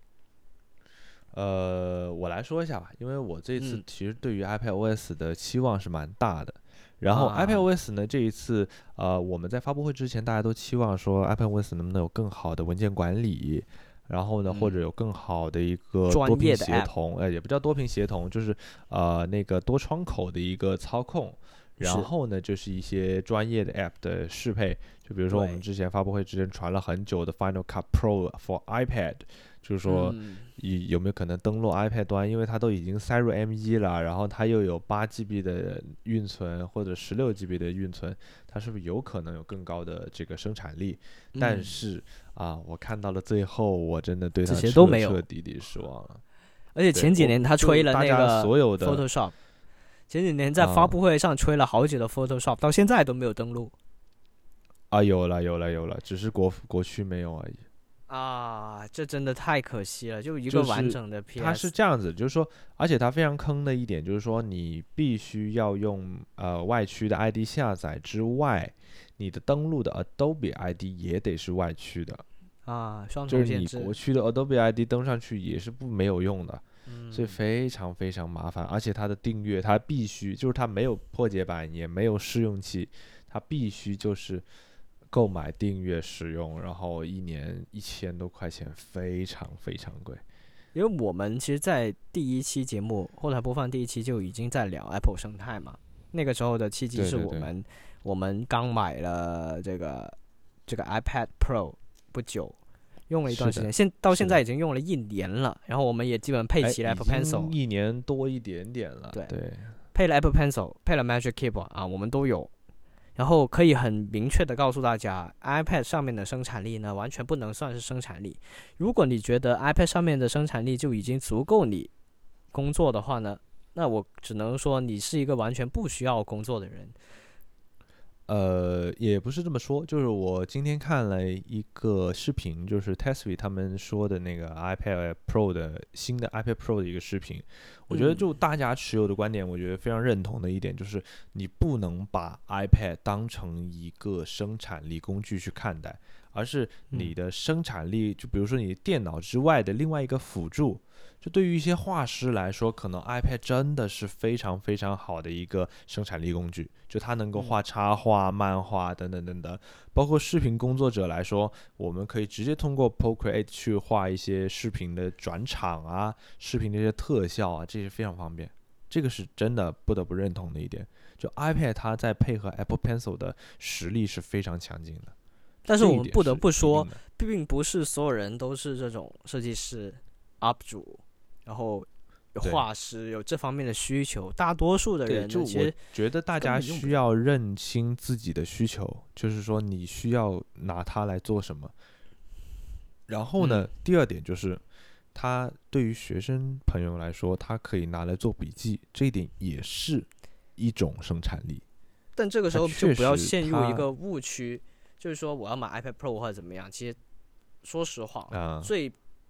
呃，我来说一下吧，因为我这次其实对于 iPadOS 的期望是蛮大的。嗯然后 iPadOS 呢，这一次呃我们在发布会之前大家都期望说 iPadOS 能不能有更好的文件管理，然后呢、嗯、或者有更好的一个多屏协同，呃也不叫多屏协同，就是呃那个多窗口的一个操控，然后呢就是一些专业的 App 的适配，就比如说我们之前发布会之前传了很久的 Final Cut Pro for iPad， 就是说有没有可能登录 iPad 端，因为它都已经塞入 M 一 了，然后它又有 八 G B 的运存或者 十六 G B 的运存，它是不是有可能有更高的这个生产力？嗯、但是啊，我看到了最后，我真的对它彻彻底底失望了。 而且前几年他吹了那个 Photoshop， 前几年在发布会上吹了好久的 Photoshop，、啊、到现在都没有登录。 啊，有了有了有了，只是国国区没有而已。 啊，这真的太可惜了！就一个完整的 P S，、 就是、它是这样子，就是说，而且它非常坑的一点就是说，你必须要用呃外区的 I D 下载之外，你的登录的 Adobe I D 也得是外区的啊，双重限制。 就是你国区的 Adobe I D 登上去也是不没有用的，嗯、所以非常非常麻烦。而且它的订阅，它必须就是它没有破解版，也没有试用期，它必须就是购买订阅使用，然后一年一千多块钱，非常非常贵。 因为我们其实在第一期节目后台播放第一期就已经在聊 Apple 生态嘛，那个时候的契机是我们对对对我们刚买了这个这个 iPad Pro 不久，用了一段时间，现到现在已经用了一年了，然后我们也基本配齐了 Apple Pencil， 一年多一点点了。 对对， 配了 Apple Pencil， 配了 Magic Keyboard 啊，我们都有。然后可以很明确的告诉大家 iPad 上面的生产力呢完全不能算是生产力。如果你觉得 iPad 上面的生产力就已经足够你工作的话呢，那我只能说你是一个完全不需要工作的人。 呃，也不是这么说，就是我今天看了一个视频，就是 Tesla 他们说的那个 iPad Pro 的新的 iPad Pro 的一个视频，我觉得就大家持有的观点，我觉得非常认同的一点就是，你不能把 iPad 当成一个生产力工具去看待，而是你的生产力，就比如说你电脑之外的另外一个辅助。就对于一些画师来说，可能 iPad 真的是非常非常好的一个生产力工具，就它能够画插画、漫画等等等等。包括视频工作者来说，我们可以直接通过 Procreate 去画一些视频的转场啊、视频的一些特效啊，这些非常方便。这个是真的不得不认同的一点。就 iPad 它在配合 Apple Pencil 的实力是非常强劲的。 但是我们不得不说，并不是所有人都是这种设计师、U P 主。然后有画师有这方面的需求，大多数的人呢，其实觉得大家需要认清自己的需求，就是说你需要拿它来做什么。然后呢，嗯、第二点就是它对于学生朋友来说，它可以拿来做笔记，这一点也是一种生产力。 但这个时候就不要陷入一个误区，就是说我要买 iPad Pro 或者怎么样。其实说实话， 嗯、 最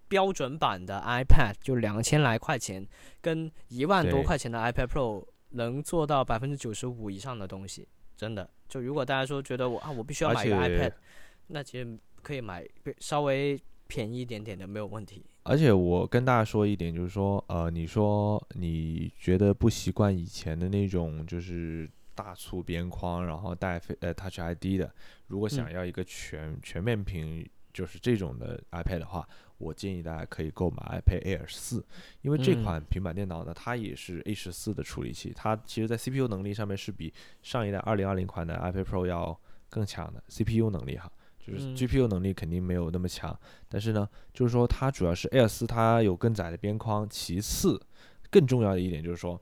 标准版的 iPad 就两千来块钱，跟一万多块钱的 iPad Pro 能做到百分之九十五以上的东西，真的。就如果大家说觉得我啊我必须要买一个 iPad， 那其实可以买稍微便宜一点点的没有问题。 而且我跟大家说一点，就是说，呃，你说你觉得不习惯以前的那种就是大粗边框，然后带呃 Touch I D 的，如果想要一个全、嗯、全面屏，就是这种的 iPad 的话，我建议大家可以购买 iPad Air 四，因为这款平板电脑呢，它也是 A 十四的处理器，它其实在 C P U 能力上面是比上一代二零二零款的 iPad Pro 要更强的 C P U 能力哈。就是 G P U 能力肯定没有那么强，嗯、但是呢，就是说它主要是 Air 四，它有更窄的边框。其次，更重要的一点就是说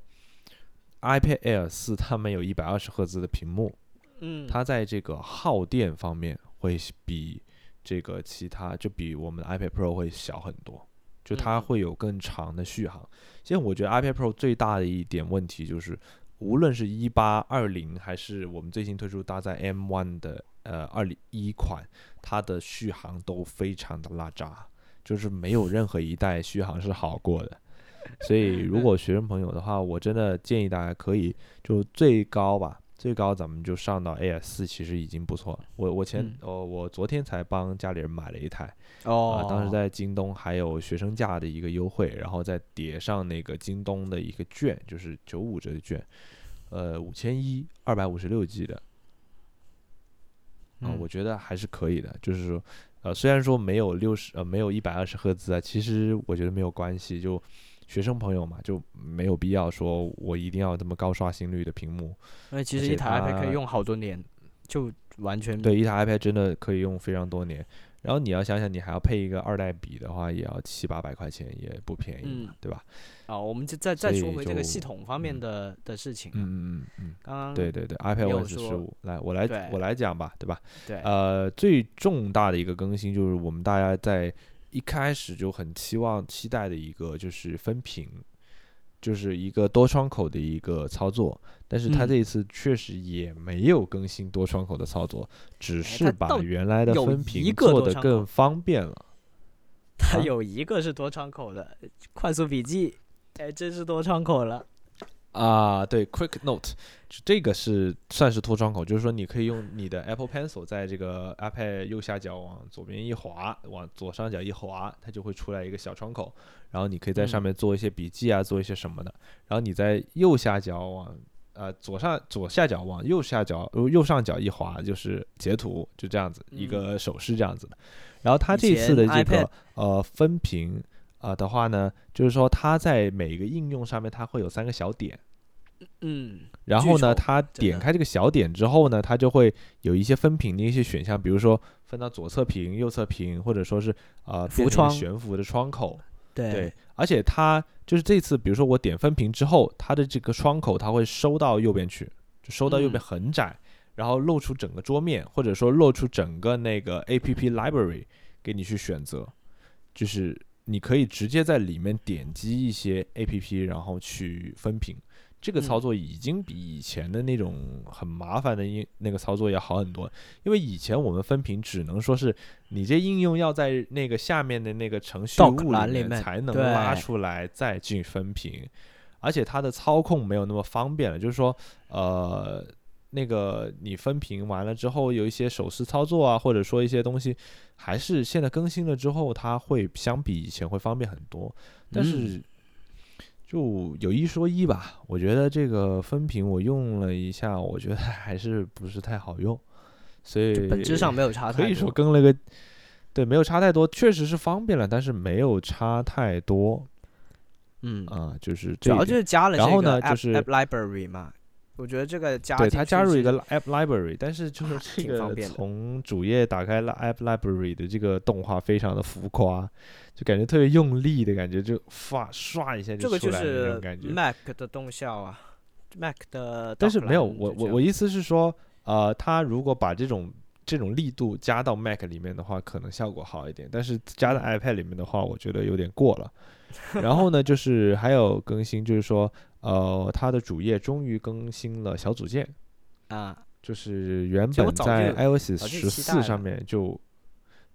，iPad Air 四它没有一百二十赫兹的屏幕， 嗯， 它在这个耗电方面会比这个其他就比我们的 iPad Pro 会小很多，就它会有更长的续航。现在我觉得 iPad Pro 最大的一点问题就是，无论是一八二零还是我们最新推出搭载 M 一 的。呃，二零一款它的续航都非常的拉渣，就是没有任何一代续航是好过的。所以如果学生朋友的话，我真的建议大家可以就最高吧，最高咱们就上到 Air 四，其实已经不错了。我我前、嗯、哦，我昨天才帮家里人买了一台， 哦、 呃，当时在京东还有学生价的一个优惠，然后再叠上那个京东的一个券，就是九五折的券，呃，五千一，二百五十六 G 的。啊、呃，我觉得还是可以的，就是说，呃，虽然说没有六十，呃，没有一百二十赫兹啊，其实我觉得没有关系，就学生朋友嘛，就没有必要说我一定要这么高刷新率的屏幕。 因为其实一台 iPad 可以用好多年，就完全对，一台 iPad 真的可以用非常多年。然后你要想想，你还要配一个二代笔的话，也要七八百块钱，也不便宜嘛， 嗯、 对吧？ 啊，我们就再再说回这个系统方面的、嗯、的事情、啊。 嗯嗯嗯， 刚刚对对对 ，iPadOS 十五，来我来我来讲吧，对吧？ 对。 呃，最重大的一个更新就是我们大家在一开始就很期望期待的一个就是分屏，就是一个多窗口的一个操作，但是它这一次确实也没有更新多窗口的操作，嗯、只是把原来的分屏做得更方便了。 它有一个是多窗口的，啊、快速笔记，哎，真是多窗口了。 啊，对 ，Quick Note， 这个是算是多窗口，就是说你可以用你的 Apple Pencil 在这个 iPad 右下角往左边一滑，往左上角一滑，它就会出来一个小窗口，然后你可以在上面做一些笔记啊，嗯、做一些什么的。然后你在右下角往呃左上左下角往右下角右上角一滑，就是截图，就这样子、嗯、一个手势这样子的。然后它这次的这个呃分屏啊、呃、的话呢，就是说它在每个应用上面它会有三个小点。 嗯， 然后呢，它点开这个小点之后呢，它就会有一些分屏的一些选项，比如说分到左侧屏、右侧屏，或者说是呃变成悬浮的窗口。 对, 对，而且它就是这次，比如说我点分屏之后，它的这个窗口它会收到右边去，就收到右边很窄，嗯、然后露出整个桌面，或者说露出整个那个 A P P library 给你去选择，就是你可以直接在里面点击一些 A P P， 然后去分屏。这个操作已经比以前的那种很麻烦的那个操作要好很多，因为以前我们分屏只能说是你这应用要在那个下面的那个程序物里面才能拉出来再进分屏，而且它的操控没有那么方便了，就是说呃那个你分屏完了之后有一些手势操作啊，或者说一些东西还是现在更新了之后它会相比以前会方便很多，但是、嗯就有一说一吧，我觉得这个分屏我用了一下，我觉得还是不是太好用，所以本质上没有差太多， 可以说更了个，对，没有差太多，确实是方便了，但是没有差太多。 嗯啊，就是主要就是加了这个 app, 然后呢就是 app library 嘛，我觉得这个加对它加入一个 app library， 但是就是这个的从主页打开了 app library 的这个动画非常的浮夸。就感觉特别用力的感觉，就刷刷一下就出来的那种感觉。 这个就是 Mac 的动效啊 ，Mac 的。 但是没有，我我我意思是说，呃，它如果把这种这种力度加到 Mac 里面的话，可能效果好一点。但是加到 iPad 里面的话，我觉得有点过了。然后呢，就是还有更新，就是说，呃，它的主页终于更新了小组件啊， 就是原本在 iOS 十四上面就。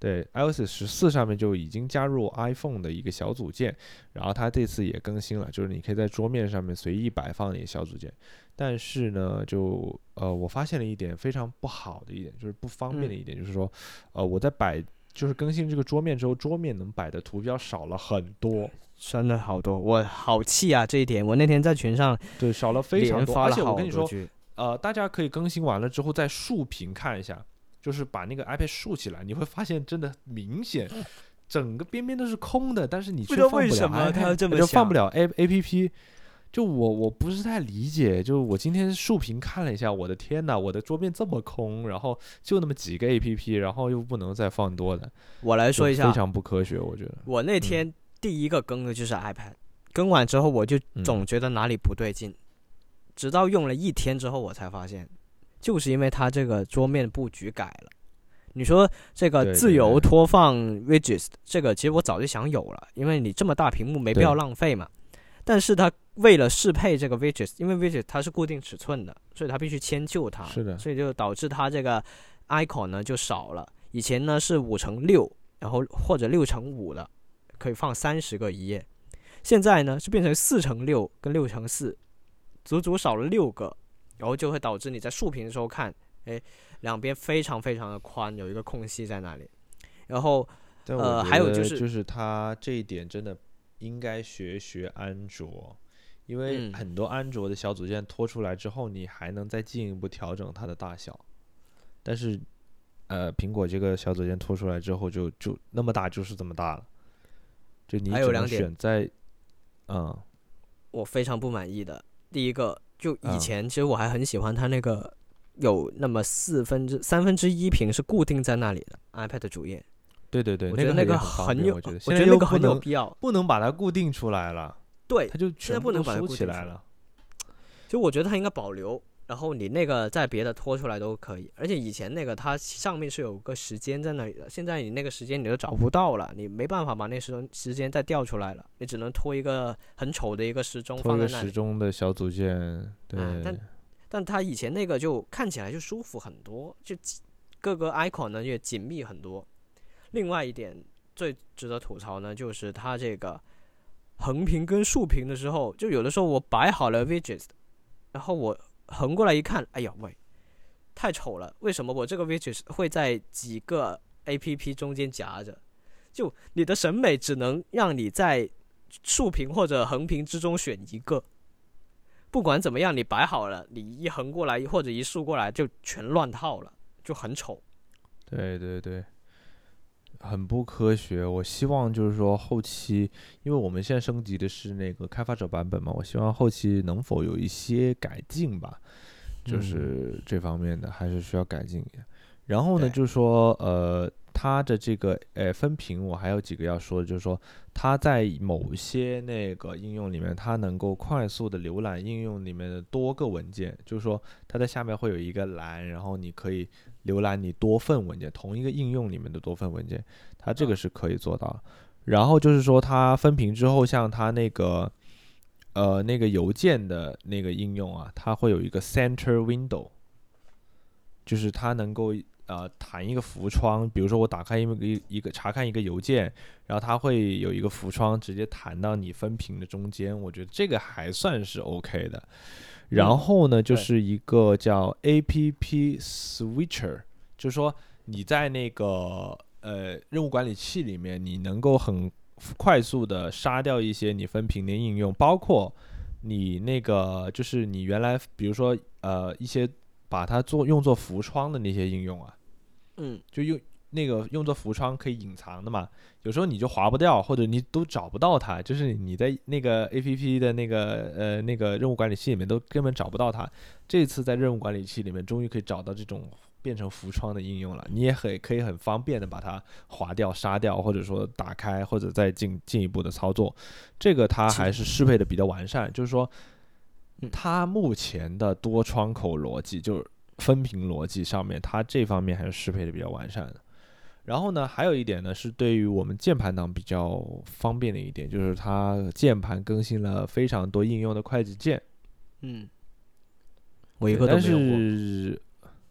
对 iOS 十四上面就已经加入 iPhone 的一个小组件，然后它这次也更新了，就是你可以在桌面上面随意摆放一个小组件。但是呢，就呃，我发现了一点非常不好的一点，就是不方便的一点，就是说，呃，我在摆就是更新这个桌面之后，桌面能摆的图标少了很多， 真的好多，我好气啊！这一点，我那天在群上对少了非常多， 而且我跟你说，呃，大家可以更新完了之后再竖屏看一下。就是把那个 iPad 竖起来，你会发现真的明显，整个边边都是空的，但是你却放不了 iPad， 就放不了 A A P P。就我我不是太理解，就我今天竖屏看了一下，我的天哪，我的桌面这么空，然后就那么几个 A P P， 然后又不能再放多的。 我来说一下， 非常不科学，我觉得。 我那天第一个更的就是 iPad，、嗯、更完之后我就总觉得哪里不对劲、嗯，直到用了一天之后我才发现。就是因为它这个桌面布局改了，你说这个自由拖放 widgets， 这个其实我早就想有了，因为你这么大屏幕没必要浪费嘛。但是它为了适配这个 widgets， 因为 widgets 它是固定尺寸的，所以它必须迁就它， 是的， 所以就导致它这个 icon 呢就少了。以前呢是五乘六，然后或者六乘五的，可以放三十个一页，现在呢是变成四乘六跟六乘四，足足少了六个。然后就会导致你在竖屏的时候看，哎，两边非常非常的宽，有一个空隙在那里。然后，呃，还有就是就是它这一点真的应该学学安卓，因为很多安卓的小组件拖出来之后，你还能再进一步调整它的大小。但是，呃，苹果这个小组件拖出来之后就，就就那么大，就是这么大了。就你只能选在，嗯， 我非常不满意的，第一个。就以前，其实我还很喜欢它那个有那么四分之三分之一屏是固定在那里的 iPad 的主页。 对对对， 我觉得那个很有， 我觉得我觉得那个很有必要， 不能把它固定出来了。 对， 它就全部都收起来了。 就我觉得它应该保留，然后你那个在别的拖出来都可以。而且以前那个它上面是有个时间在那里的，现在你那个时间你都找不到了，你没办法把那时时间再调出来了，你只能拖一个很丑的一个时钟放在那里。 拖一个时钟的小组件，对。 啊、但但它以前那个就看起来就舒服很多，就各个 icon 呢也紧密很多。另外一点最值得吐槽呢，就是它这个横屏跟竖屏的时候，就有的时候我摆好了 widgets， 然后我横过来一看，哎呀喂，太丑了！为什么我这个 widgets 会在几个 A P P 中间夹着？就你的审美只能让你在竖屏或者横屏之中选一个。不管怎么样，你摆好了，你一横过来或者一竖过来就全乱套了，就很丑。 对对对，很不科学。我希望就是说后期，因为我们现在升级的是那个开发者版本嘛，我希望后期能否有一些改进吧，就是这方面的还是需要改进一下。然后呢，就是说呃。它的这个呃分屏，我还有几个要说的，就是说它在某些那个应用里面，它能够快速的浏览应用里面的多个文件，就是说它在下面会有一个栏，然后你可以浏览你多份文件，同一个应用里面的多份文件，它这个是可以做到。然后就是说它分屏之后，像它那个呃那个邮件的那个应用啊，它会有一个 Center Window， 就是它能够。呃，弹一个浮窗，比如说我打开一个一个查看一个邮件，然后它会有一个浮窗直接弹到你分屏的中间，我觉得这个还算是 OK 的。然后呢，就是一个叫 A P P Switcher， 就是说你在那个呃任务管理器里面，你能够很快速的杀掉一些你分屏的应用，包括你那个就是你原来比如说呃一些把它做用作浮窗的那些应用啊。 嗯， 就用那个用作浮窗可以隐藏的嘛，有时候你就划不掉，或者你都找不到它，就是你在那个 A P P 的那个呃那个任务管理器里面都根本找不到它。这次在任务管理器里面终于可以找到这种变成浮窗的应用了，你也很可以很方便的把它划掉、杀掉，或者说打开，或者再进进一步的操作。这个它还是适配的比较完善，就是说它目前的多窗口逻辑就是。分屏逻辑上面，它这方面还是适配的比较完善的。然后呢，还有一点呢，是对于我们键盘党比较方便的一点，就是它键盘更新了非常多应用的快捷键。 嗯，我一个都没有过。 但是，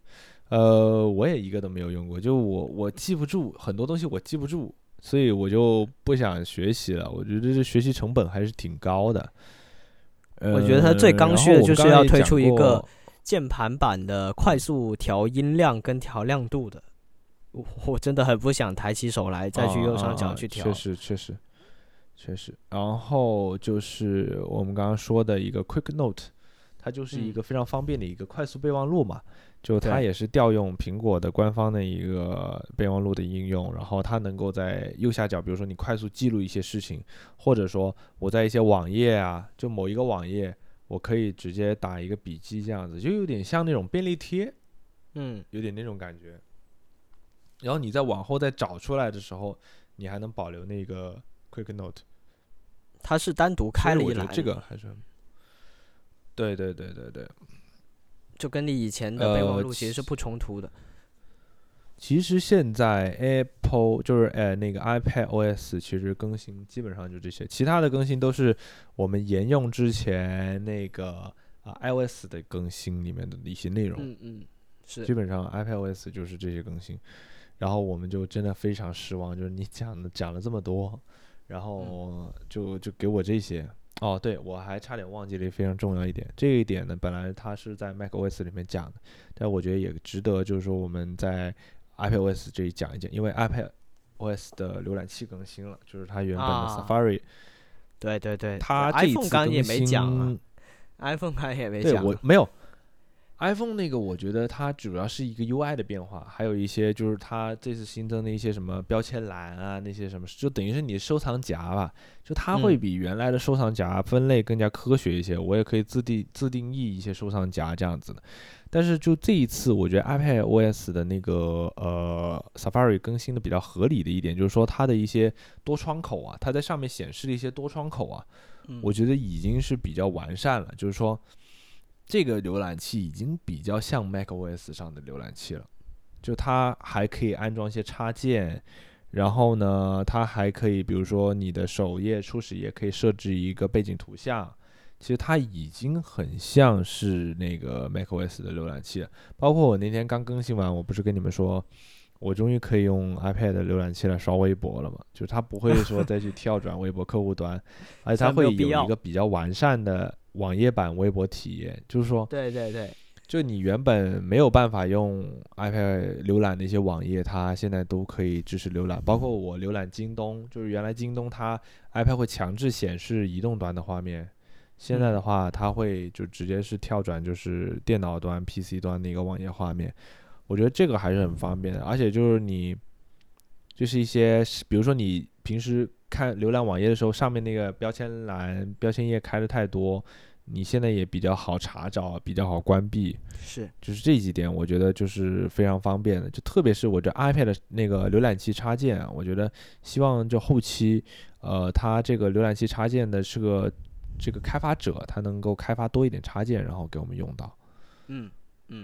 呃，我也一个都没有用过，就我我记不住很多东西，我记不住，所以我就不想学习了。我觉得这学习成本还是挺高的。呃、 我觉得它最刚需的就是要推出一个键盘版的快速调音量跟调亮度的。我我真的很不想抬起手来再去右上角去调。 啊啊啊、确实确实确实。然后就是我们刚刚说的一个 Quick Note， 它就是一个非常方便的一个快速备忘录嘛。嗯，就它也是调用苹果的官方的一个备忘录的应用，然后它能够在右下角，比如说你快速记录一些事情，或者说我在一些网页啊，就某一个网页，我可以直接打一个笔记，这样子就有点像那种便利贴， 嗯， 有点那种感觉。然后你在往后再找出来的时候，你还能保留那个 Quick Note。 它是单独开了一栏， 这个还是，对对对对对。 就跟你以前的备忘录其实是不冲突的。呃、 其实现在 Apple 就是呃那个 iPadOS 其实更新基本上就这些，其他的更新都是我们沿用之前那个啊 iOS 的更新里面的一些内容。 嗯嗯，是。 基本上 iPadOS 就是这些更新，然后我们就真的非常失望，就是你讲的讲了这么多，然后就就给我这些。哦，对，我还差点忘记了非常重要一点，这一点呢，本来它是在 macOS 里面讲的，但我觉得也值得，就是说我们在 iPadOS 这里讲一讲，因为 iPadOS 的浏览器更新了，就是它原本的 Safari，、啊、 对对对， 它这一次更新 iPhone 也没讲啊 ，iPhone 刚也没讲、啊， 对我没有。iPhone 那个我觉得它主要是一个 U I 的变化，还有一些就是它这次新增的一些什么标签栏啊，那些什么就等于是你的收藏夹吧，就它会比原来的收藏夹分类更加科学一些，嗯、我也可以自定自定义一些收藏夹这样子的。但是就这一次我觉得 iPadOS 的那个呃 Safari 更新的比较合理的一点就是说它的一些多窗口啊，它在上面显示的一些多窗口啊、嗯、我觉得已经是比较完善了，就是说这个浏览器已经比较像 macOS 上的浏览器了，就它还可以安装一些插件，然后呢，它还可以，比如说你的首页、初始页可以设置一个背景图像，其实它已经很像是那个 macOS 的浏览器了。包括我那天刚更新完，我不是跟你们说，我终于可以用 iPad 的浏览器来刷微博了嘛？就是它不会说再去跳转微博客户端，而且它会有一个比较完善的网页版微博体验，就是说， 对对对， 就你原本没有办法用 iPad 浏览的一些网页，它现在都可以支持浏览。包括我浏览京东，就是原来京东它 iPad 会强制显示移动端的画面，现在的话它会就直接是跳转就是电脑端 P C 端的一个网页画面。我觉得这个还是很方便的，而且就是你就是一些比如说你平时看浏览网页的时候，上面那个标签栏标签页开的太多，你现在也比较好查找，比较好关闭， 是就是这几点我觉得就是非常方便的。就特别是我这 iPad 的那个浏览器插件啊，我觉得希望就后期呃它这个浏览器插件的是个这个开发者，他能够开发多一点插件，然后给我们用到。 嗯嗯，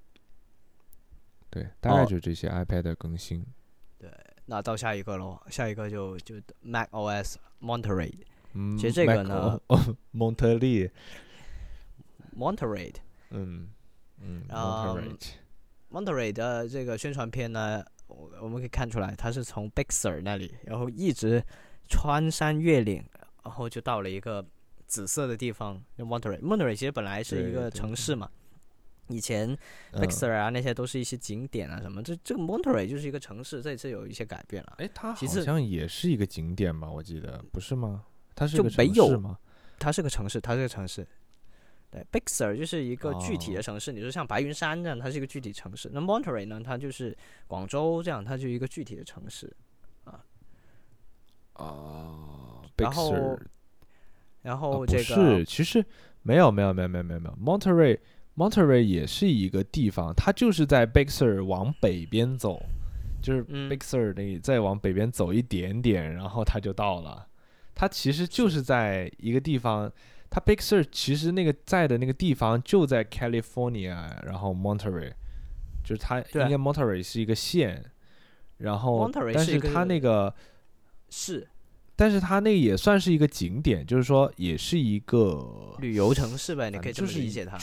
对，大概就这些 iPad 的更新。哦， 对，那到下一个咯，下一个就就 macOS Monterey。 嗯， 其实这个呢 ，Monterey，Monterey， 嗯嗯 ，Monterey， Monterey 的这个宣传片呢，我们可以看出来，它是从 Big Sur 那里，然后一直穿山越岭，然后就到了一个紫色的地方，叫 Monterey。Monterey 其实本来是一个城市嘛，以前 Big Sur 啊、嗯、那些都是一些景点啊什么，这这个 Monterey 就是一个城市，这次有一些改变了。 哎，它好像也是一个景点吧？我记得不是吗？它是个城市吗？ 它是个城市，它是个城市。对 ，Big Sur 就是一个具体的城市，哦、你说像白云山这样，它是一个具体城市。那 Monterey 呢，它就是广州这样，它就是一个具体的城市啊。 哦， 然后，然后这个、 哦、不是，其实没有没有没有没有没有没有 Monterey Monterey 也是一个地方，它就是在 Big Sur 往北边走，就是 Big Sur 那再往北边走一点点，然后它就到了。它其实就是在一个地方，它 Big Sur 其实那个在的那个地方就在 California， 然后 Monterey， 就是它应该 Monterey 是一个县，然后但是它那个是， 但是它那个也算是一个景点，就是说也是一个旅游城市呗，你可以这么理解它。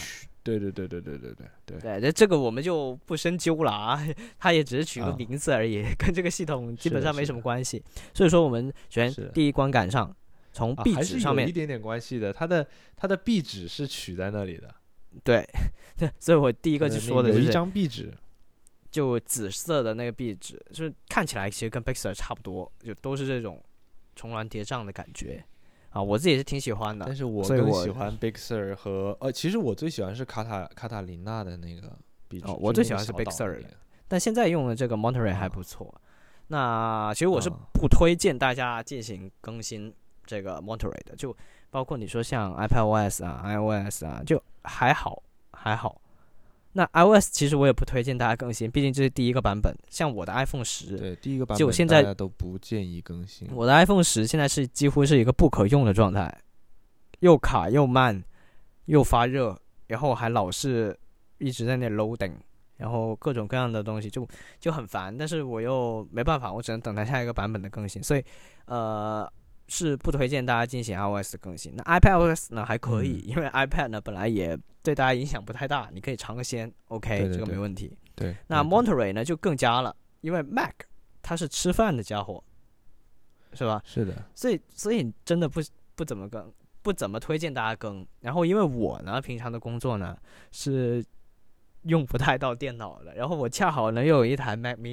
对对对对对对对对对，这这个我们就不深究了啊，它也只是取个名字而已，啊、跟这个系统基本上没什么关系。所以说我们首先第一观感上，从壁纸上面、 啊、还是有一点点关系的，它的它的壁纸是取在那里的。 对，所以我第一个就说的就是有一张壁纸， 就紫色的那个壁纸，就是看起来其实跟 Big Sur 差不多，就都是这种重峦叠嶂的感觉。啊，我自己是挺喜欢的， 但是我更喜欢 Big Sur 和呃，其实我最喜欢是卡塔卡塔琳娜的那个壁纸、 哦，我最喜欢是 Big Sur 的，但现在用的这个 Monterey 还不错。哦、那其实我是不推荐大家进行更新这个 Monterey 的，就包括你说像 iPadOS 啊、iOS 啊，就还好还好。那 iOS 其实我也不推荐大家更新，毕竟这是第一个版本。像我的 iPhone 十， 对，第一个版本就现在大家都不建议更新。 我的 iPhone 十现在是几乎是一个不可用的状态，又卡又慢，又发热，然后还老是一直在那 loading， 然后各种各样的东西就就很烦。但是我又没办法，我只能等待下一个版本的更新，所以呃。是不推荐大家进行 iOS 的更新。那 iPadOS 呢还可以、嗯，因为 iPad 呢本来也对大家影响不太大，你可以尝鲜 ，OK， 对对对， 这个没问题。 对，对对， 那 Monterey 呢就更加了，因为 Mac 它是吃饭的家伙，是吧？ 是的。 所以所以真的不不怎么更，不怎么推荐大家更。然后因为我呢平常的工作呢是用不太到电脑的，然后我恰好呢又有一台 Mac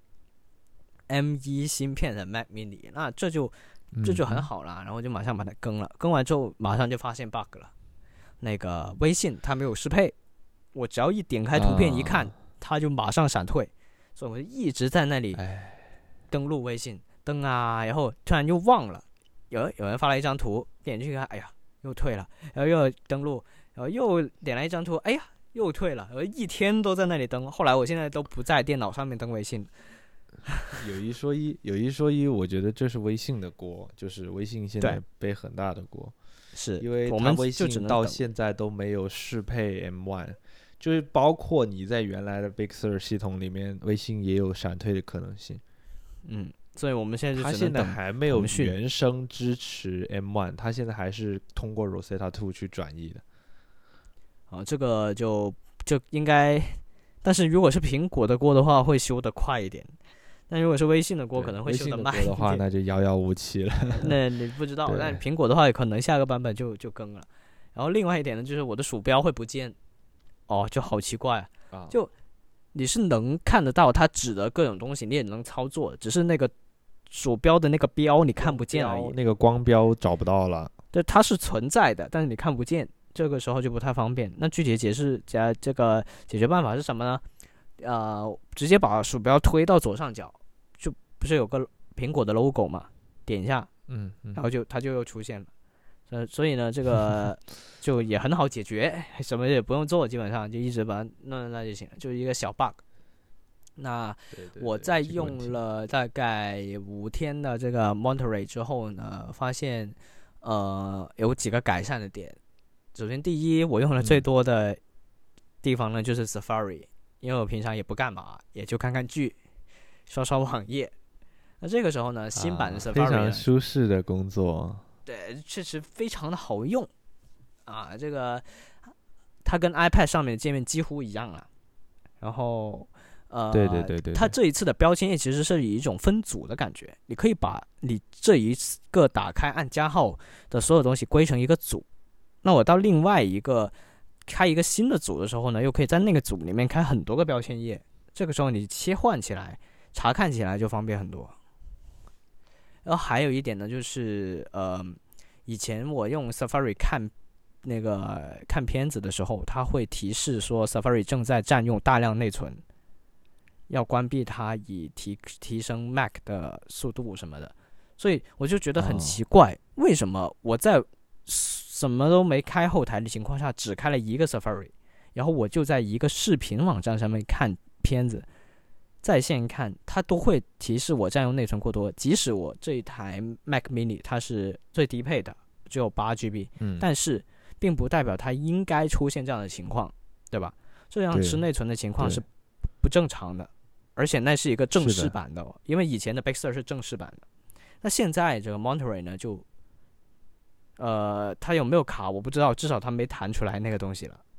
Mini，M 一 芯片的 Mac Mini， 那这就。这就很好了，然后就马上把它更了，更完之后马上就发现 bug 了。那个微信它没有适配，我只要一点开图片一看，它就马上闪退，所以我就一直在那里登录微信，登啊，然后突然又忘了，有有人发了一张图，点进去看，哎呀，又退了，然后又登录，然后又点了一张图，哎呀，又退了，然后一天都在那里登。后来我现在都不在电脑上面登微信。 有一说一，有一说一，我觉得这是微信的锅，就是微信现在背很大的锅， 是因为它微信到现在都没有适配 M 一，就是包括你在原来的 Big Sur 系统里面，微信也有闪退的可能性。 嗯，所以我们现在就只能等它现在还没有原生支持 M 一，它现在还是通过 Rosetta 二去转译的。 啊，这个就就应该，但是如果是苹果的锅的话，会修得快一点。但如果是微信的锅，可能会修得慢一点的话，那就遥遥无期了。 那你不知道，但苹果的话，可能下个版本就就更了。然后另外一点呢，就是我的鼠标会不见，哦，就好奇怪啊！就你是能看得到它指的各种东西，你也能操作，只是那个鼠标的那个标你看不见而已。 那个光标找不到了。 对，它是存在的，但是你看不见，这个时候就不太方便。那具体解释加这个解决办法是什么呢？呃，直接把鼠标推到左上角，就不是有个苹果的 logo 嘛？点一下， 嗯，嗯然后就它就又出现了。呃，所以呢，这个就也很好解决，什么也不用做，基本上就一直把它弄在那就行了，就是一个小 bug。那我在用了大概五天的这个 Monterey 之后呢，发现呃有几个改善的点。首先，第一，我用的最多的地方呢、嗯、就是 Safari。因为我平常也不干嘛，也就看看剧，刷刷网页。那这个时候呢，新版的 Safari、啊、 非常舒适的工作， 对，确实非常的好用啊。这个它跟 iPad 上面的界面几乎一样了。然后，呃， 对对对 对, 对， 它这一次的标签页其实是以一种分组的感觉，你可以把你这一个打开按加号的所有东西归成一个组。那我到另外一个。开一个新的组的时候呢，又可以在那个组里面开很多个标签页，这个时候你切换起来、查看起来就方便很多。然后还有一点呢，就是呃，以前我用 Safari 看那个看片子的时候，它会提示说 Safari 正在占用大量内存，要关闭它以提提升 Mac 的速度什么的，所以我就觉得很奇怪，哦、为什么我在什么都没开后台的情况下，只开了一个 Safari， 然后我就在一个视频网站上面看片子，在线看，它都会提示我占用内存过多。即使我这一台 Mac Mini 它是最低配的，只有八 G B， 嗯， 但是并不代表它应该出现这样的情况，对吧？这样吃内存的情况是不正常的，而且那是一个正式版的，哦，因为以前的 Big Sur 是正式版的。那现在这个 Monterey 呢，就呃，它有没有卡我不知道，至少它没弹出来那个东西了。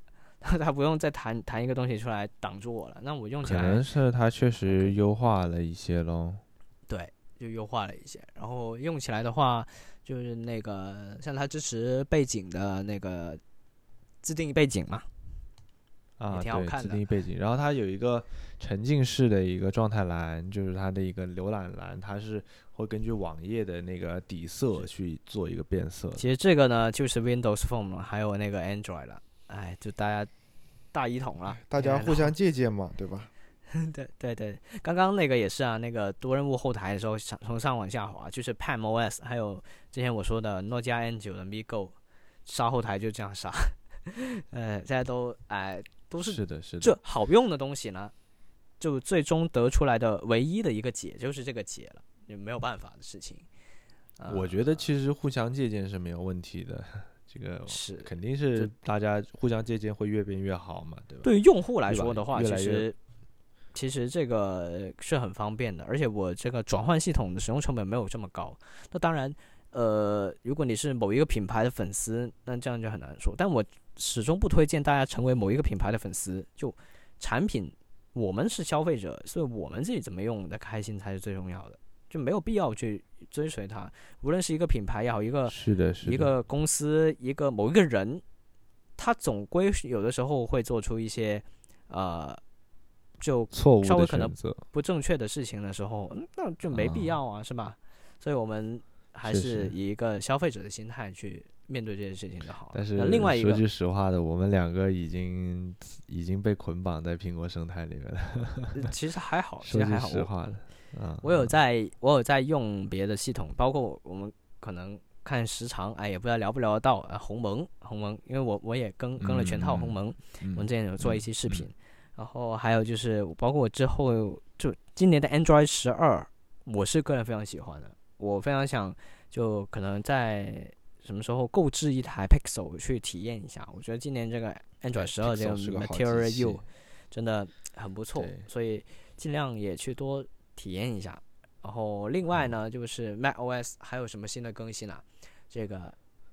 它不用再弹弹一个东西出来挡住我了。那我用起来可能是它确实优化了一些咯。 对，就优化了一些。然后用起来的话，就是那个像它支持背景的那个自定义背景嘛， 啊， 也挺好看的。 对，自定义背景。然后它有一个沉浸式的一个状态栏，就是它的一个浏览栏，它是会根据网页的那个底色去做一个变色。 其实这个呢，就是 Windows Phone 了，还有那个 Android 了。哎，就大家大一统了， 大家互相借鉴嘛，对吧？ 对对对，刚刚那个也是啊，那个多任务后台的时候，从上往下滑，就是 Palm O S， 还有之前我说的诺基亚 N 九 的 MiGo， 杀后台就这样杀，呃，现在都哎都是是的，是的， 这好用的东西呢，就最终得出来的唯一的一个解就是这个解了，就没有办法的事情。呃、 我觉得其实互相借鉴是没有问题的。这个是肯定是大家互相借鉴会越变越好嘛，对吧？ 对于用户来说的话， 越其实其实这个是很方便的，而且我这个转换系统的使用成本没有这么高。那当然，呃，如果你是某一个品牌的粉丝，那这样就很难说。但我始终不推荐大家成为某一个品牌的粉丝。就产品，我们是消费者，所以我们自己怎么用的开心才是最重要的。就没有必要去追随它，无论是一个品牌也好，一个是的，是的， 一个公司，一个某一个人，他总归有的时候会做出一些呃，就错误稍微可能的选择不正确的事情的时候，那就没必要啊，是吧？所以我们还是以一个消费者的心态去面对这些事情就好了。 但是另外一个说句实话的，我们两个已经已经被捆绑在苹果生态里面了。 其实还好，其说句实还好。 实话的。嗯、 我有在，我有在用别的系统，包括我们可能看时长，哎，也不知道聊不聊得到啊。鸿蒙，鸿蒙，因为我我也跟跟了全套鸿蒙， 嗯、 我们之前有做一期视频， 嗯嗯、 然后还有就是包括我之后就今年的 Android 十二，我是个人非常喜欢的，我非常想就可能在什么时候购置一台 Pixel 去体验一下。我觉得今年这个 Android 十二这个 Material U 真的很不错，所以尽量也去多体验一下。然后另外呢，就是 macOS 还有什么新的更新啊？这个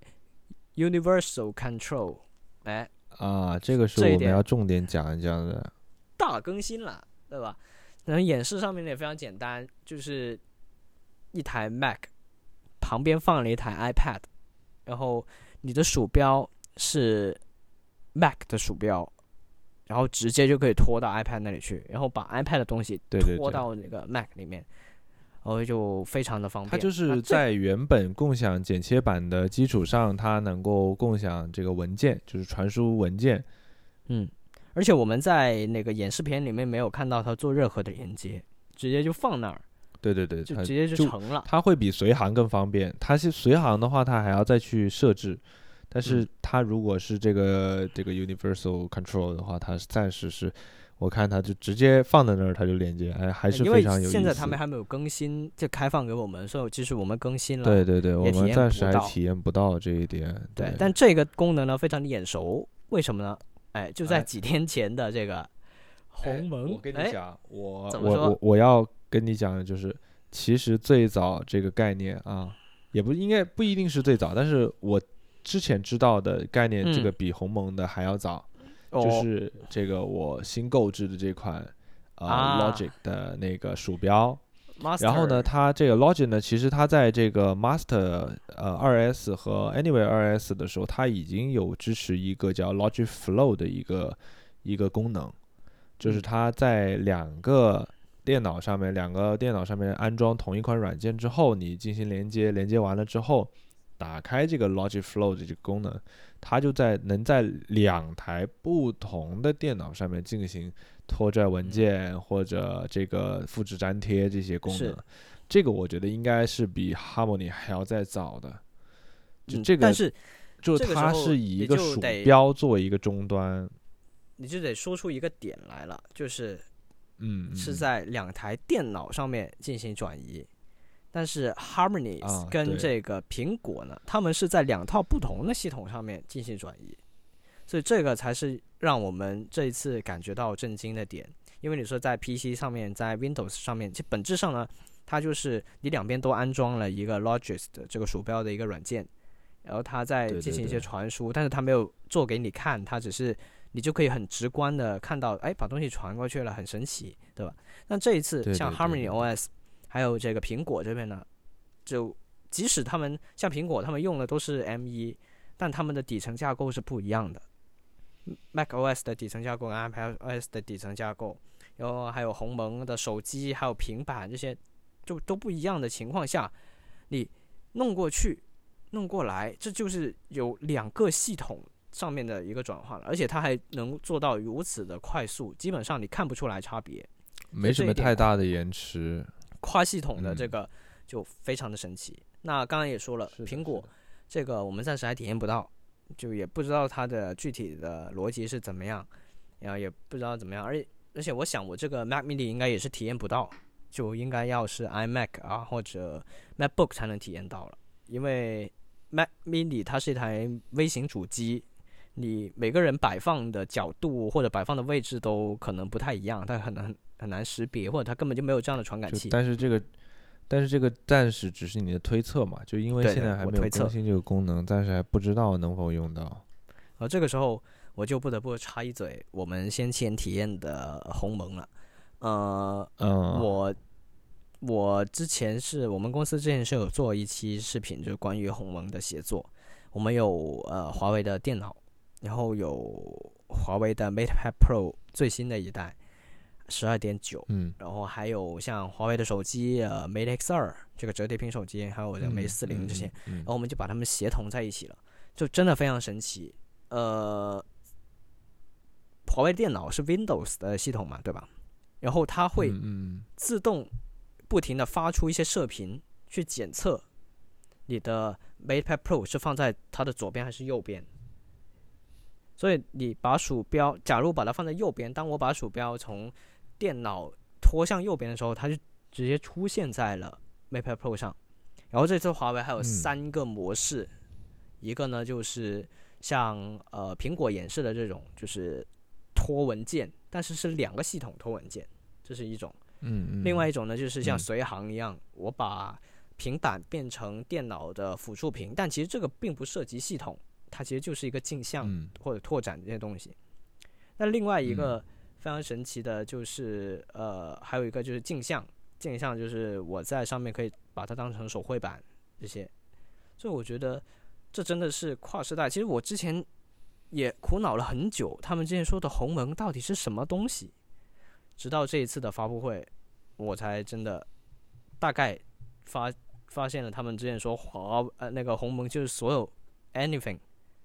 Universal Control， 哎啊，这个是我们要重点讲一讲的。 大更新了，对吧？然后演示上面也非常简单，就是一台 Mac 旁边放了一台 iPad， 然后你的鼠标是 Mac 的鼠标，然后直接就可以拖到 iPad 那里去，然后把 iPad 的东西拖到那个 Mac 里面， 对对对， 然后就非常的方便。 它就是在原本共享剪切板的基础上，它能够共享这个文件，就是传输文件。 嗯，而且我们在那个演示片里面没有看到它做任何的连接，直接就放那儿。 对对对， 就直接就成了。 它会比随行更方便。它是随行的话，它还要再去设置。但是它如果是这个、嗯、这个 Universal Control 的话，它暂时是，我看它就直接放在那儿，它就连接，哎，还是非常有意思。 因为现在他们还没有更新，就开放给我们，所以即使我们更新了， 对对对，我们暂时还体验不到这一点。 对， 对， 但这个功能呢非常的眼熟，为什么呢？哎，就在几天前的这个鸿蒙， 我跟你讲，我怎么说？ 我我我要跟你讲的就是，其实最早这个概念啊，也不应该不一定是最早，但是我之前知道的概念，这个比鸿蒙的还要早， 嗯、 就是这个我新购置的这款呃、 啊、 Logic 的那个鼠标。 Master 然后呢，它这个 Logic 呢，其实它在这个 Master 呃 二 S 和 Anyway 二 S 的时候，它已经有支持一个叫 Logic Flow 的一个一个功能，就是它在两个电脑上面，两个电脑上面安装同一款软件之后，你进行连接，连接完了之后，打开这个 Logic Flow 的这个功能，它就在能在两台不同的电脑上面进行拖拽文件或者这个复制粘贴这些功能。这个我觉得应该是比 Harmony 还要再早的。就这个， 嗯、但是就它是以一个鼠标作为一个终端， 你就得说出一个点来了，就是嗯是在两台电脑上面进行转移。但是 Harmony 跟这个苹果呢，他们是在两套不同的系统上面进行转移，所以这个才是让我们这一次感觉到震惊的点。因为你说在 P C 上面，在 Windows 上面，其实本质上呢，它就是你两边都安装了一个 Logic 的这个鼠标的一个软件，然后它在进行一些传输， 对对对， 但是它没有做给你看，它只是你就可以很直观的看到，哎，把东西传过去了，很神奇，对吧？但这一次对对像对 Harmony 对 O S 还有这个苹果这边呢，就即使他们像苹果他们用的都是 M 一，但他们的底层架构是不一样的。macOS 的底层架构跟 iPadOS 的底层架构，然后还有鸿蒙的手机还有平板这些就都不一样的情况下，你弄过去弄过来，这就是有两个系统上面的一个转换了，而且它还能做到如此的快速，基本上你看不出来差别， 没什么太大的延迟。 跨系统的这个就非常的神奇。嗯、那刚刚也说了，苹果这个我们暂时还体验不到，就也不知道它的具体的逻辑是怎么样，然后也不知道怎么样，而且而且我想我这个 Mac Mini 应该也是体验不到，就应该要是 iMac 啊或者 MacBook 才能体验到了，因为 Mac Mini 它是一台微型主机，你每个人摆放的角度或者摆放的位置都可能不太一样，它很难很难识别，或者它根本就没有这样的传感器。 但是这个但是这个暂时只是你的推测嘛，就因为现在还没有更新这个功能，暂时还不知道能否用到。 而这个时候我就不得不插一嘴，我们先前体验的鸿蒙了。呃， 嗯， 我我之前是我们公司之前是有做一期视频，就是关于鸿蒙的协作。我们有呃华为的电脑，然后有华为的 MatePad Pro 最新的一代。十二点九， 嗯， 然后还有像华为的手机，呃 Mate X 二这个折叠屏手机，还有我的 Mate 四零这些， 嗯嗯嗯、 然后我们就把它们协同在一起了，就真的非常神奇。呃，华为电脑是 Windows 的系统嘛，对吧？然后它会自动不停的发出一些射频去检测你的 MatePad Pro 是放在它的左边还是右边。所以你把鼠标，假如把它放在右边，当我把鼠标从电脑拖向右边的时候，它就直接出现在了 MatePad Pro 上。然后这次华为还有三个模式，嗯、一个呢就是像呃苹果演示的这种，就是拖文件，但是是两个系统拖文件，这是一种。 嗯嗯。 另外一种呢就是像随行一样，嗯、我把平板变成电脑的辅助屏，但其实这个并不涉及系统，它其实就是一个镜像或者拓展这些东西。那、嗯、另外一个非常神奇的就是，呃，还有一个就是镜像，镜像就是我在上面可以把它当成手绘板这些，所以我觉得这真的是跨时代。其实我之前也苦恼了很久，他们之前说的鸿蒙到底是什么东西，直到这一次的发布会，我才真的大概发发现了他们之前说华呃那个鸿蒙就是所有 anything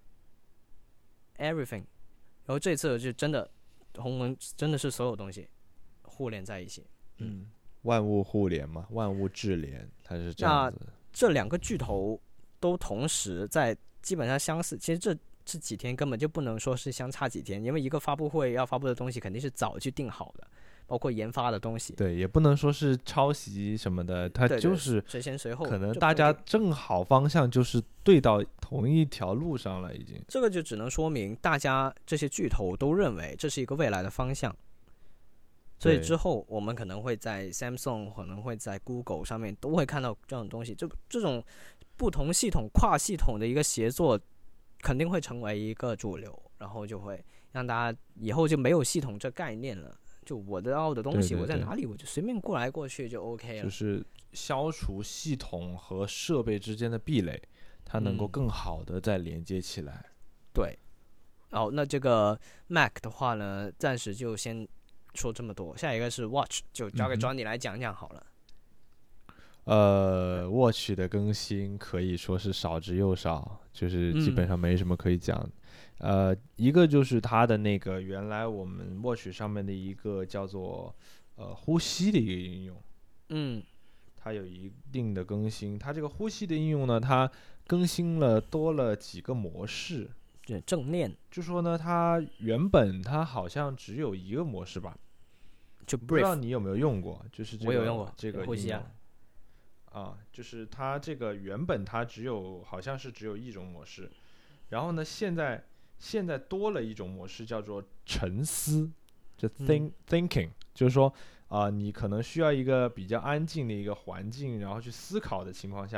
everything， 然后这次就真的。鸿蒙真的是所有东西互联在一起， 嗯，万物互联嘛，万物智联，它是这样子。 那这两个巨头都同时在基本上相似，其实这这几天根本就不能说是相差几天，因为一个发布会要发布的东西肯定是早就定好的，包括研发的东西。 对，也不能说是抄袭什么的，它就是谁先谁后， 可能大家正好方向就是对到同一条路上了，已经。 这个就只能说明大家这些巨头都认为这是一个未来的方向，所以之后我们可能会在 Samsung 可能会在 Google 上面都会看到这种东西，就这种不同系统跨系统的一个协作肯定会成为一个主流，然后就会让大家以后就没有系统这概念了，就我的要的东西我在哪里我就随便过来过去就 OK 了， 就是消除系统和设备之间的壁垒，它能够更好的再连接起来。 嗯、对，好，那这个 Mac 的话呢，暂时就先说这么多。下一个是 Watch， 就交给 Johnny 来讲讲好了。 嗯、呃 ，Watch 的更新可以说是少之又少，就是基本上没什么可以讲。嗯、呃，一个就是它的那个原来我们 Watch 上面的一个叫做呃呼吸的一个应用， 嗯。 它有一定的更新，它这个呼吸的应用呢，它更新了多了几个模式。 对，正念。 就说呢，它原本它好像只有一个模式吧， 就不知道你有没有用过？就是这个我有用过这个呼吸啊。 啊，就是它这个原本它只有好像是只有一种模式，然后呢，现在现在多了一种模式叫做沉思，就 think、嗯、thinking， 就是说。啊、呃，你可能需要一个比较安静的一个环境，然后去思考的情况下，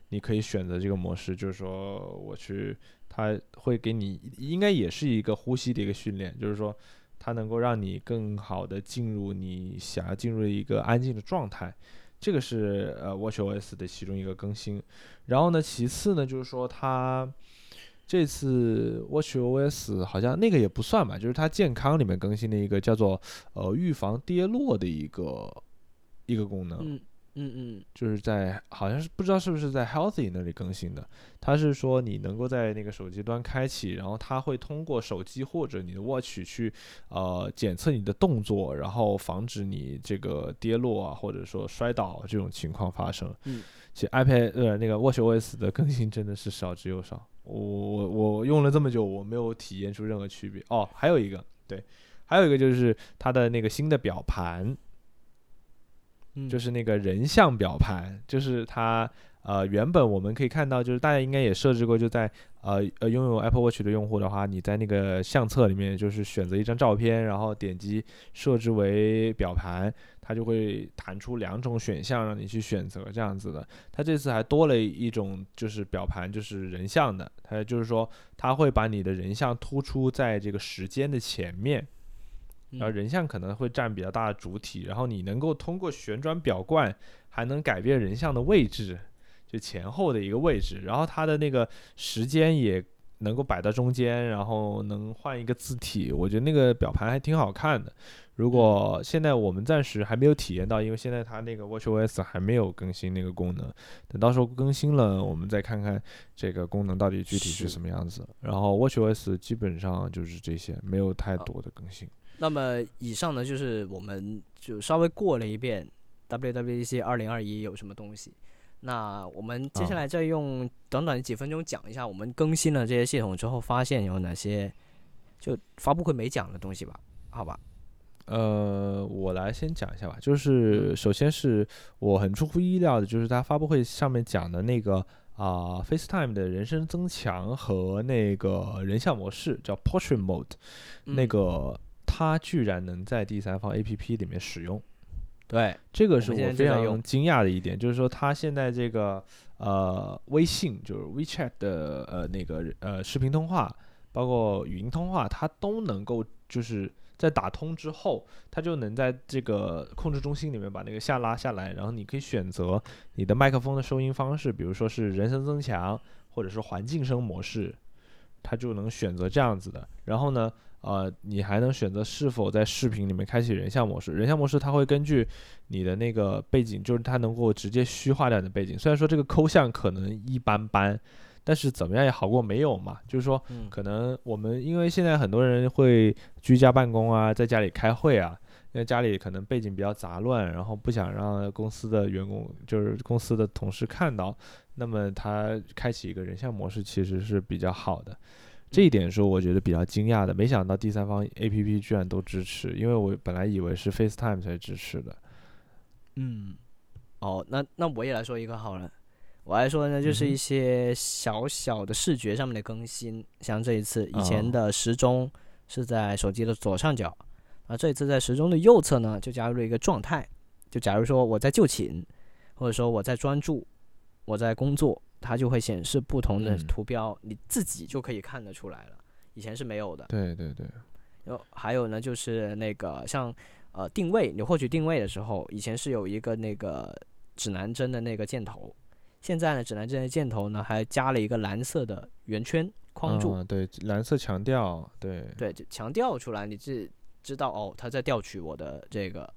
你可以选择这个模式，就是说我去，它会给你应该也是一个呼吸的一个训练，就是说它能够让你更好的进入你想要进入的一个安静的状态。这个是呃 watchOS 的其中一个更新。然后呢，其次呢，就是说它这次 watchOS 好像那个也不算吧，就是它健康里面更新的一个叫做呃预防跌落的一个一个功能。 嗯嗯嗯， 就是在好像是不知道是不是在 Healthy 那里更新的，它是说你能够在那个手机端开启，然后它会通过手机或者你的 Watch 去呃检测你的动作，然后防止你这个跌落啊或者说摔倒这种情况发生。 嗯， 其实 iPad 呃那个 watchOS 的更新真的是少之又少，我我我用了这么久，我没有体验出任何区别。哦，还有一个对，还有一个就是它的那个新的表盘。就是那个人像表盘，就是它呃原本我们可以看到，就是大家应该也设置过，就在呃呃拥有 Apple Watch 的用户的话，你在那个相册里面就是选择一张照片，然后点击设置为表盘，它就会弹出两种选项让你去选择这样子的。它这次还多了一种就是表盘，就是人像的，它就是说它会把你的人像突出在这个时间的前面。然后人像可能会占比较大的主体，然后你能够通过旋转表冠还能改变人像的位置，就前后的一个位置，然后它的那个时间也能够摆到中间，然后能换一个字体，我觉得那个表盘还挺好看的。如果现在我们暂时还没有体验到，因为现在它那个 watchOS 还没有更新那个功能，等到时候更新了我们再看看这个功能到底具体是什么样子。然后 watchOS 基本上就是这些，没有太多的更新。 那么以上呢，就是我们就稍微过了一遍 W W D C 二零二一有什么东西。那我们接下来再用短短几分钟讲一下我们更新了这些系统之后发现有哪些就发布会没讲的东西吧，好吧？ 呃，我来先讲一下吧。就是首先是我很出乎意料的，就是它发布会上面讲的那个啊、呃、FaceTime 的人声增强和那个人像模式叫 Portrait Mode，、嗯、那个。它居然能在第三方 A P P 里面使用， 对， 这个是我非常惊讶的一点，就是说它现在这个呃微信就是 WeChat 的呃那个呃视频通话，包括语音通话，它都能够就是在打通之后，它就能在这个控制中心里面把那个下拉下来，然后你可以选择你的麦克风的收音方式，比如说是人声增强或者是环境声模式，它就能选择这样子的。然后呢呃，你还能选择是否在视频里面开启人像模式。人像模式它会根据你的那个背景，就是它能够直接虚化掉你的背景。虽然说这个抠像可能一般般，但是怎么样也好过没有嘛。就是说，可能我们因为现在很多人会居家办公啊，在家里开会啊，因为家里可能背景比较杂乱，然后不想让公司的员工，就是公司的同事看到，那么他开启一个人像模式其实是比较好的。这一点是我觉得比较惊讶的，没想到第三方 A P P 居然都支持，因为我本来以为是 FaceTime 才支持的。 嗯，哦，那那我也来说一个好了，我来说呢，就是一些小小的视觉上面的更新，嗯、像这一次以前的时钟是在手机的左上角，啊，这一次在时钟的右侧呢，就加入了一个状态，就假如说我在就寝，或者说我在专注，我在工作。它就会显示不同的图标、嗯，你自己就可以看得出来了。以前是没有的。 对对对。 然后还有呢，就是那个像呃定位，你获取定位的时候，以前是有一个那个指南针的那个箭头，现在呢，指南针的箭头呢还加了一个蓝色的圆圈框住。 嗯，对，蓝色强调，对。 对，就强调出来，你是知道哦，它在调取我的这个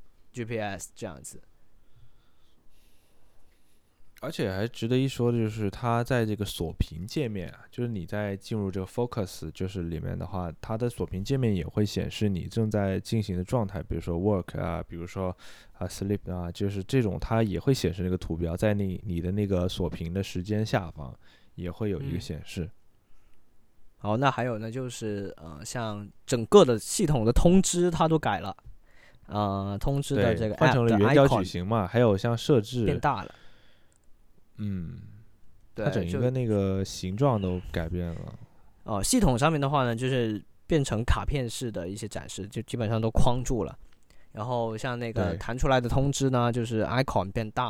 G P S 这样子。 而且还值得一说的就是，它在这个锁屏界面啊，就是你在进入这个 Focus 就是里面的话，它的锁屏界面也会显示你正在进行的状态，比如说 Work 啊，比如说啊 Sleep 啊，就是这种它也会显示那个图标，在你你的那个锁屏的时间下方也会有一个显示。嗯、 好，那还有呢，就是呃，像整个的系统的通知它都改了，呃，通知的这个 app 换成了圆角矩形嘛，还有像设置变大了。 嗯，它整一个那个形状都改变了。 哦，系统上面的话呢，就是变成卡片式的一些展示，就基本上都框住了。然后像那个弹出来的通知呢，就是 icon 变大了，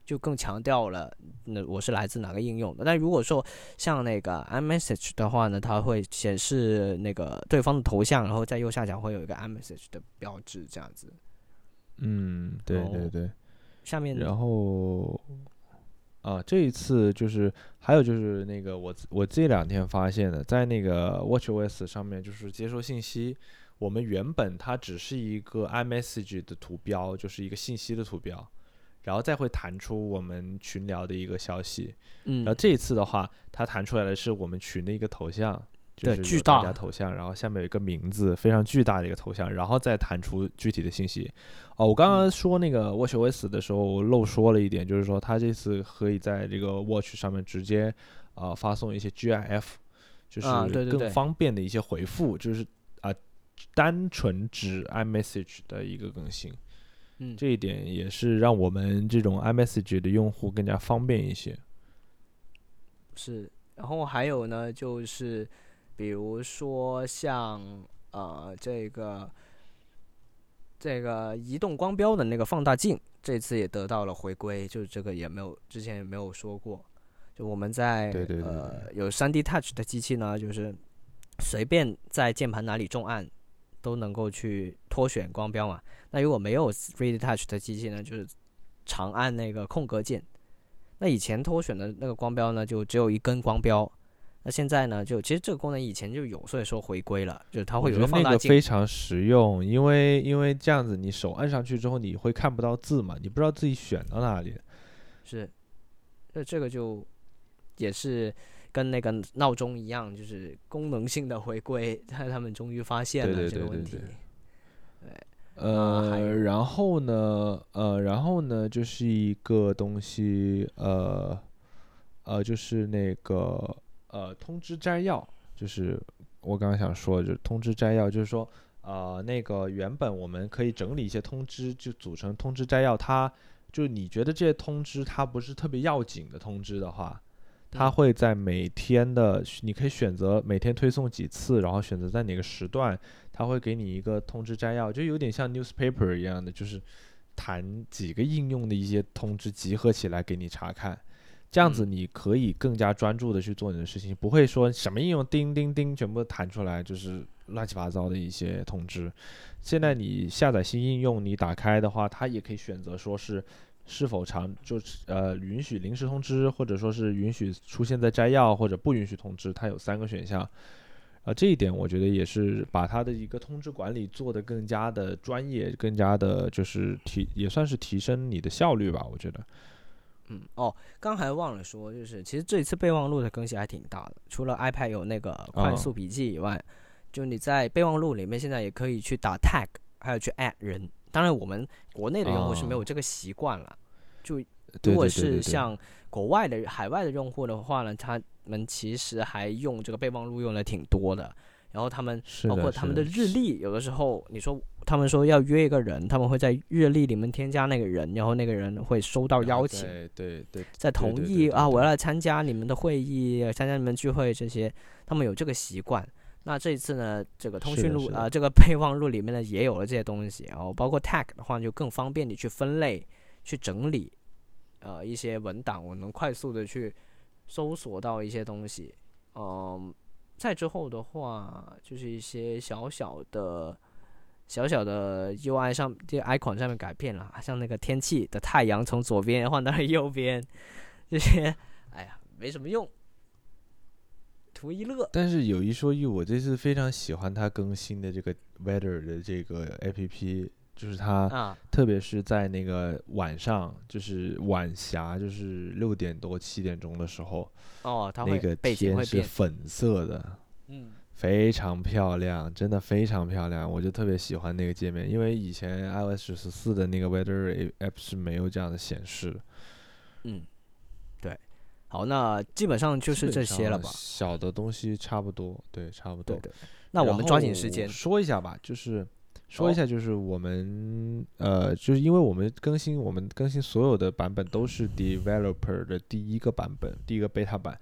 就更强调了那我是来自哪个应用的。但如果说像那个 iMessage 的话呢，它会显示那个对方的头像，然后在右下角会有一个 iMessage 的标志这样子。 嗯，对对对。 下面然后啊，这一次就是还有就是那个我我这两天发现的，在那个 watchOS 上面就是接收信息，我们原本它只是一个 iMessage 的图标，就是一个信息的图标，然后再会弹出我们群聊的一个消息。 嗯， 然后这一次的话，它弹出来的是我们群的一个头像，就是巨大大家头像，然后下面有一个名字，非常巨大的一个头像，然后再弹出具体的信息。哦，我刚刚说那个 watchOS 的时候，我漏说了一点，就是说它这次可以在这个 Watch 上面直接呃发送一些 GIF， 就是更方便的一些回复，啊、对对对就是啊、呃、单纯指 iMessage 的一个更新。 嗯， 这一点也是让我们这种 iMessage 的用户更加方便一些。 是，然后还有呢，就是比如说像呃这个。这个移动光标的那个放大镜，这次也得到了回归，就是这个也没有之前也没有说过。就我们在对对对对呃有 三 D Touch 的机器呢，就是随便在键盘哪里重按都能够去脱选光标嘛。那如果没有 三 D Touch 的机器呢，就是长按那个空格键。那以前脱选的那个光标呢，就只有一根光标。那现在呢，就其实这个功能以前就有，所以说回归了，就是它会有一个放大镜。 我觉得那个非常实用，因为因为这样子，你手按上去之后，你会看不到字嘛，你不知道自己选到哪里。 是，那这个就也是跟那个闹钟一样，就是功能性的回归，他们终于发现了这个问题。对， 呃、 啊， 然后呢，呃，然后呢，就是一个东西，呃，呃，就是那个。呃，通知摘要就是我刚刚想说的，就是通知摘要，就是说，呃，那个原本我们可以整理一些通知，就组成通知摘要。它就是你觉得这些通知它不是特别要紧的通知的话，它会在每天的，你可以选择每天推送几次，然后选择在哪个时段，它会给你一个通知摘要，就有点像 newspaper 一样的，就是弹几个应用的一些通知集合起来给你查看。这样子你可以更加专注的去做你的事情，不会说什么应用叮叮叮全部弹出来就是乱七八糟的一些通知。现在你下载新应用，你打开的话，它也可以选择说是是否常就是呃允许临时通知，或者说是允许出现在摘要，或者不允许通知，它有三个选项。啊，这一点我觉得也是把它的一个通知管理做得更加的专业，更加的就是提也算是提升你的效率吧，我觉得。 嗯哦，刚还忘了说，就是其实这一次备忘录的更新还挺大的。除了 iPad 有那个快速笔记以外，哦、就你在备忘录里面现在也可以去打 tag， 还有去 add 人。当然，我们国内的用户是没有这个习惯了。哦、就如果是像国外的、海外的用户的话呢，他们其实还用这个备忘录用的挺多的。然后他们包括他们的日历，有的时候你说他们说要约一个人，他们会在日历里面添加那个人，然后那个人会收到邀请， 对对对， 再同意对对对对对啊，我要来参加你们的会议，参加你们聚会这些，他们有这个习惯。那这一次呢，这个通讯录啊、呃，这个备忘录里面呢也有了这些东西，然后包括 tag 的话，就更方便你去分类、去整理，呃，一些文档，我能快速的去搜索到一些东西，嗯。再之后的话，就是一些小小的、小小的 U I 上，这 icon 上面改变了，像那个天气的太阳从左边换到了右边，这些，哎呀，没什么用，图一乐。 但是有一说一，我这次非常喜欢它更新的这个 Weather 的这个 A P P， 就是它， 啊、 特别是在那个晚上，就是晚霞，就是六点多、七点钟的时候。 哦，它会那个天是粉色的， 嗯， 非常漂亮，真的非常漂亮，我就特别喜欢那个界面，因为以前 iOS 十四的那个 Weather App 是没有这样的显示的。 嗯，对，好，那基本上就是这些了吧？ 小的东西差不多，对，差不多。 对对，那我们抓紧时间说一下吧，就是说一下，就是我们、哦、呃，就是因为我们更新，我们更新所有的版本都是 Developer 的第一个版本，第一个 Beta 版。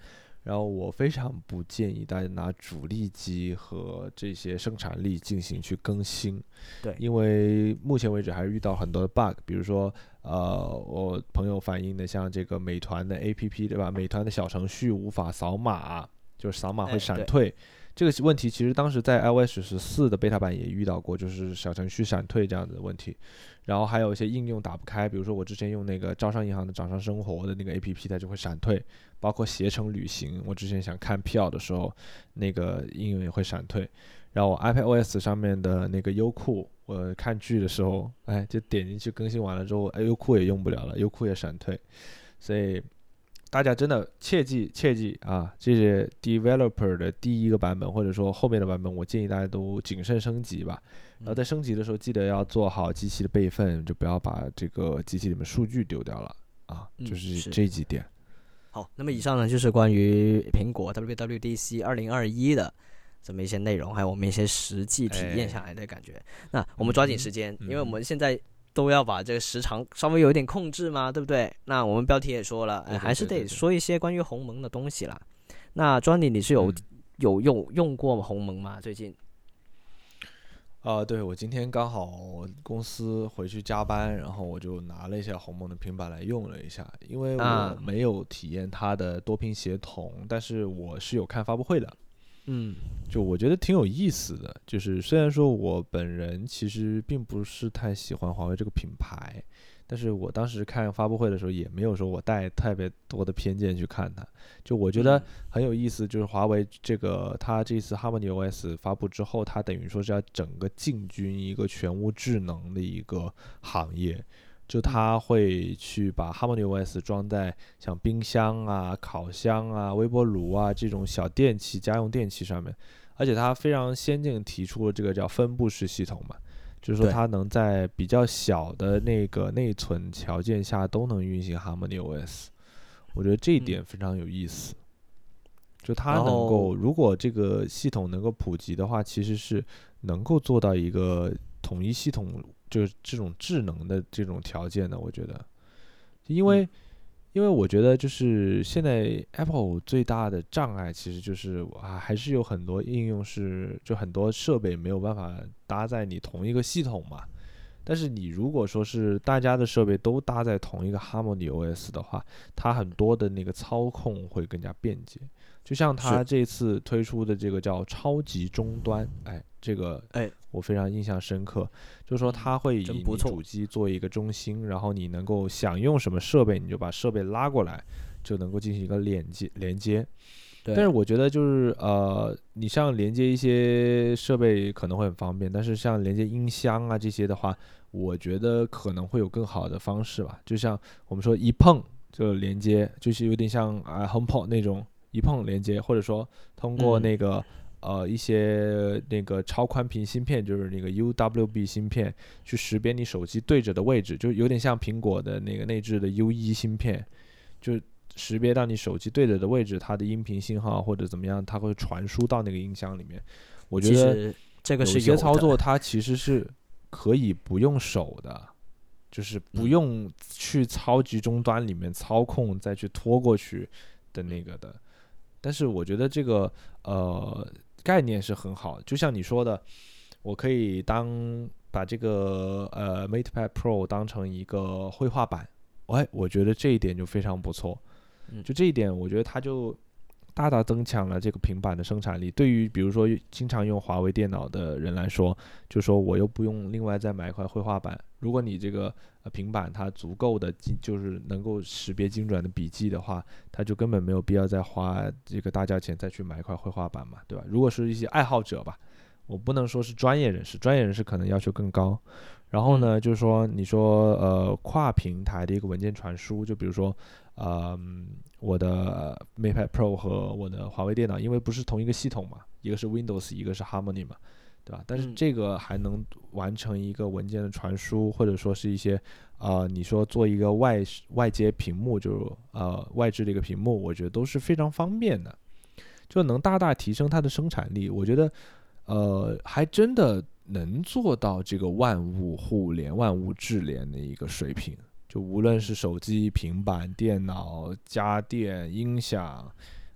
然后我非常不建议大家拿主力机和这些生产力进行去更新， 对， 因为目前为止还是遇到很多的 bug， 比如说呃，我朋友反映的像这个美团的 A P P 对吧？美团的小程序无法扫码，就是扫码会闪退。哎，这个问题其实当时在 iOS 十四的 beta 版也遇到过，就是小程序闪退这样的问题。然后还有一些应用打不开，比如说我之前用那个招商银行的掌上生活的那个 A P P， 它就会闪退，包括携程旅行，我之前想看票的时候，那个应用也会闪退。然后我 iPadOS 上面的那个优酷，我看剧的时候，哎，就点进去更新完了之后，哎，优酷也用不了了，优酷也闪退。所以大家真的切记切记啊，这些 developer 的第一个版本或者说后面的版本，我建议大家都谨慎升级吧。然后在升级的时候，记得要做好机器的备份，就不要把这个机器里面数据丢掉了啊，就是这几点。 嗯、好，那么以上呢就是关于苹果 W W D C 二零二一的这么一些内容，还有我们一些实际体验下来的感觉。哎、那我们抓紧时间、嗯，因为我们现在都要把这个时长稍微有一点控制嘛，对不对？那我们标题也说了，哎、还是得说一些关于鸿蒙的东西啦。那 Johnny 你是有、嗯、有用用过鸿蒙吗？最近？ 啊、呃，对，我今天刚好公司回去加班，然后我就拿了一下鸿蒙的平板来用了一下，因为我没有体验它的多屏协同，啊、但是我是有看发布会的， 嗯， 就我觉得挺有意思的。就是虽然说我本人其实并不是太喜欢华为这个品牌，但是我当时看发布会的时候也没有说我带特别多的偏见去看它，就我觉得很有意思。就是华为这个它这次 HarmonyOS 发布之后，它等于说是要整个进军一个全屋智能的一个行业，就它会去把 HarmonyOS 装在像冰箱啊、烤箱啊、微波炉啊这种小电器、家用电器上面，而且它非常先进提出了这个叫分布式系统嘛。就是说它能在比较小的那个内存条件下都能运行 HarmonyOS， 我觉得这一点非常有意思。就它能够，如果这个系统能够普及的话，其实是能够做到一个统一系统，就是这种智能的这种条件的。我觉得，因为。因为我觉得就是现在 Apple 最大的障碍其实就是啊，还是有很多应用是就很多设备没有办法搭在你同一个系统嘛。但是你如果说是大家的设备都搭在同一个 HarmonyOS 的话，它很多的那个操控会更加便捷。就像它这次推出的这个叫超级终端，哎，这个哎我非常印象深刻，就是说它会以你主机做一个中心，然后你能够想用什么设备，你就把设备拉过来，就能够进行一个连接连接。但是我觉得就是呃，你像连接一些设备可能会很方便，但是像连接音箱啊这些的话，我觉得可能会有更好的方式吧。就像我们说一碰就连接，就是有点像啊 HomePod 那种一碰连接，或者说通过那个、嗯、呃一些那个超宽频芯片，就是那个 U W B 芯片，去识别你手机对着的位置，就有点像苹果的那个内置的 U 一 芯片，就识别到你手机对着的位置，它的音频信号或者怎么样，它会传输到那个音箱里面。我觉得这个是有些操作它其实是可以不用手的，就是不用去超级终端里面操控再去拖过去的那个的。但是我觉得这个呃概念是很好，就像你说的，我可以当把这个呃 MatePad Pro 当成一个绘画板，哎，我觉得这一点就非常不错。就这一点，我觉得它就大大增强了这个平板的生产力。对于比如说经常用华为电脑的人来说，就说我又不用另外再买一块绘画板。如果你这个平板它足够的就是能够识别精准的笔记的话，它就根本没有必要再花这个大价钱再去买一块绘画板嘛，对吧？如果是一些爱好者吧，我不能说是专业人士，专业人士可能要求更高。然后呢，就是说你说呃跨平台的一个文件传输，就比如说呃我的 MatePad Pro 和我的华为电脑，因为不是同一个系统嘛，一个是 Windows， 一个是 Harmony 嘛，对吧？但是这个还能完成一个文件的传输，或者说是一些呃你说做一个外外接屏幕，就呃外置的一个屏幕，我觉得都是非常方便的，就能大大提升它的生产力。我觉得呃还真的能做到这个万物互联、万物智联的一个水平。就无论是手机、平板、电脑、家电、音响，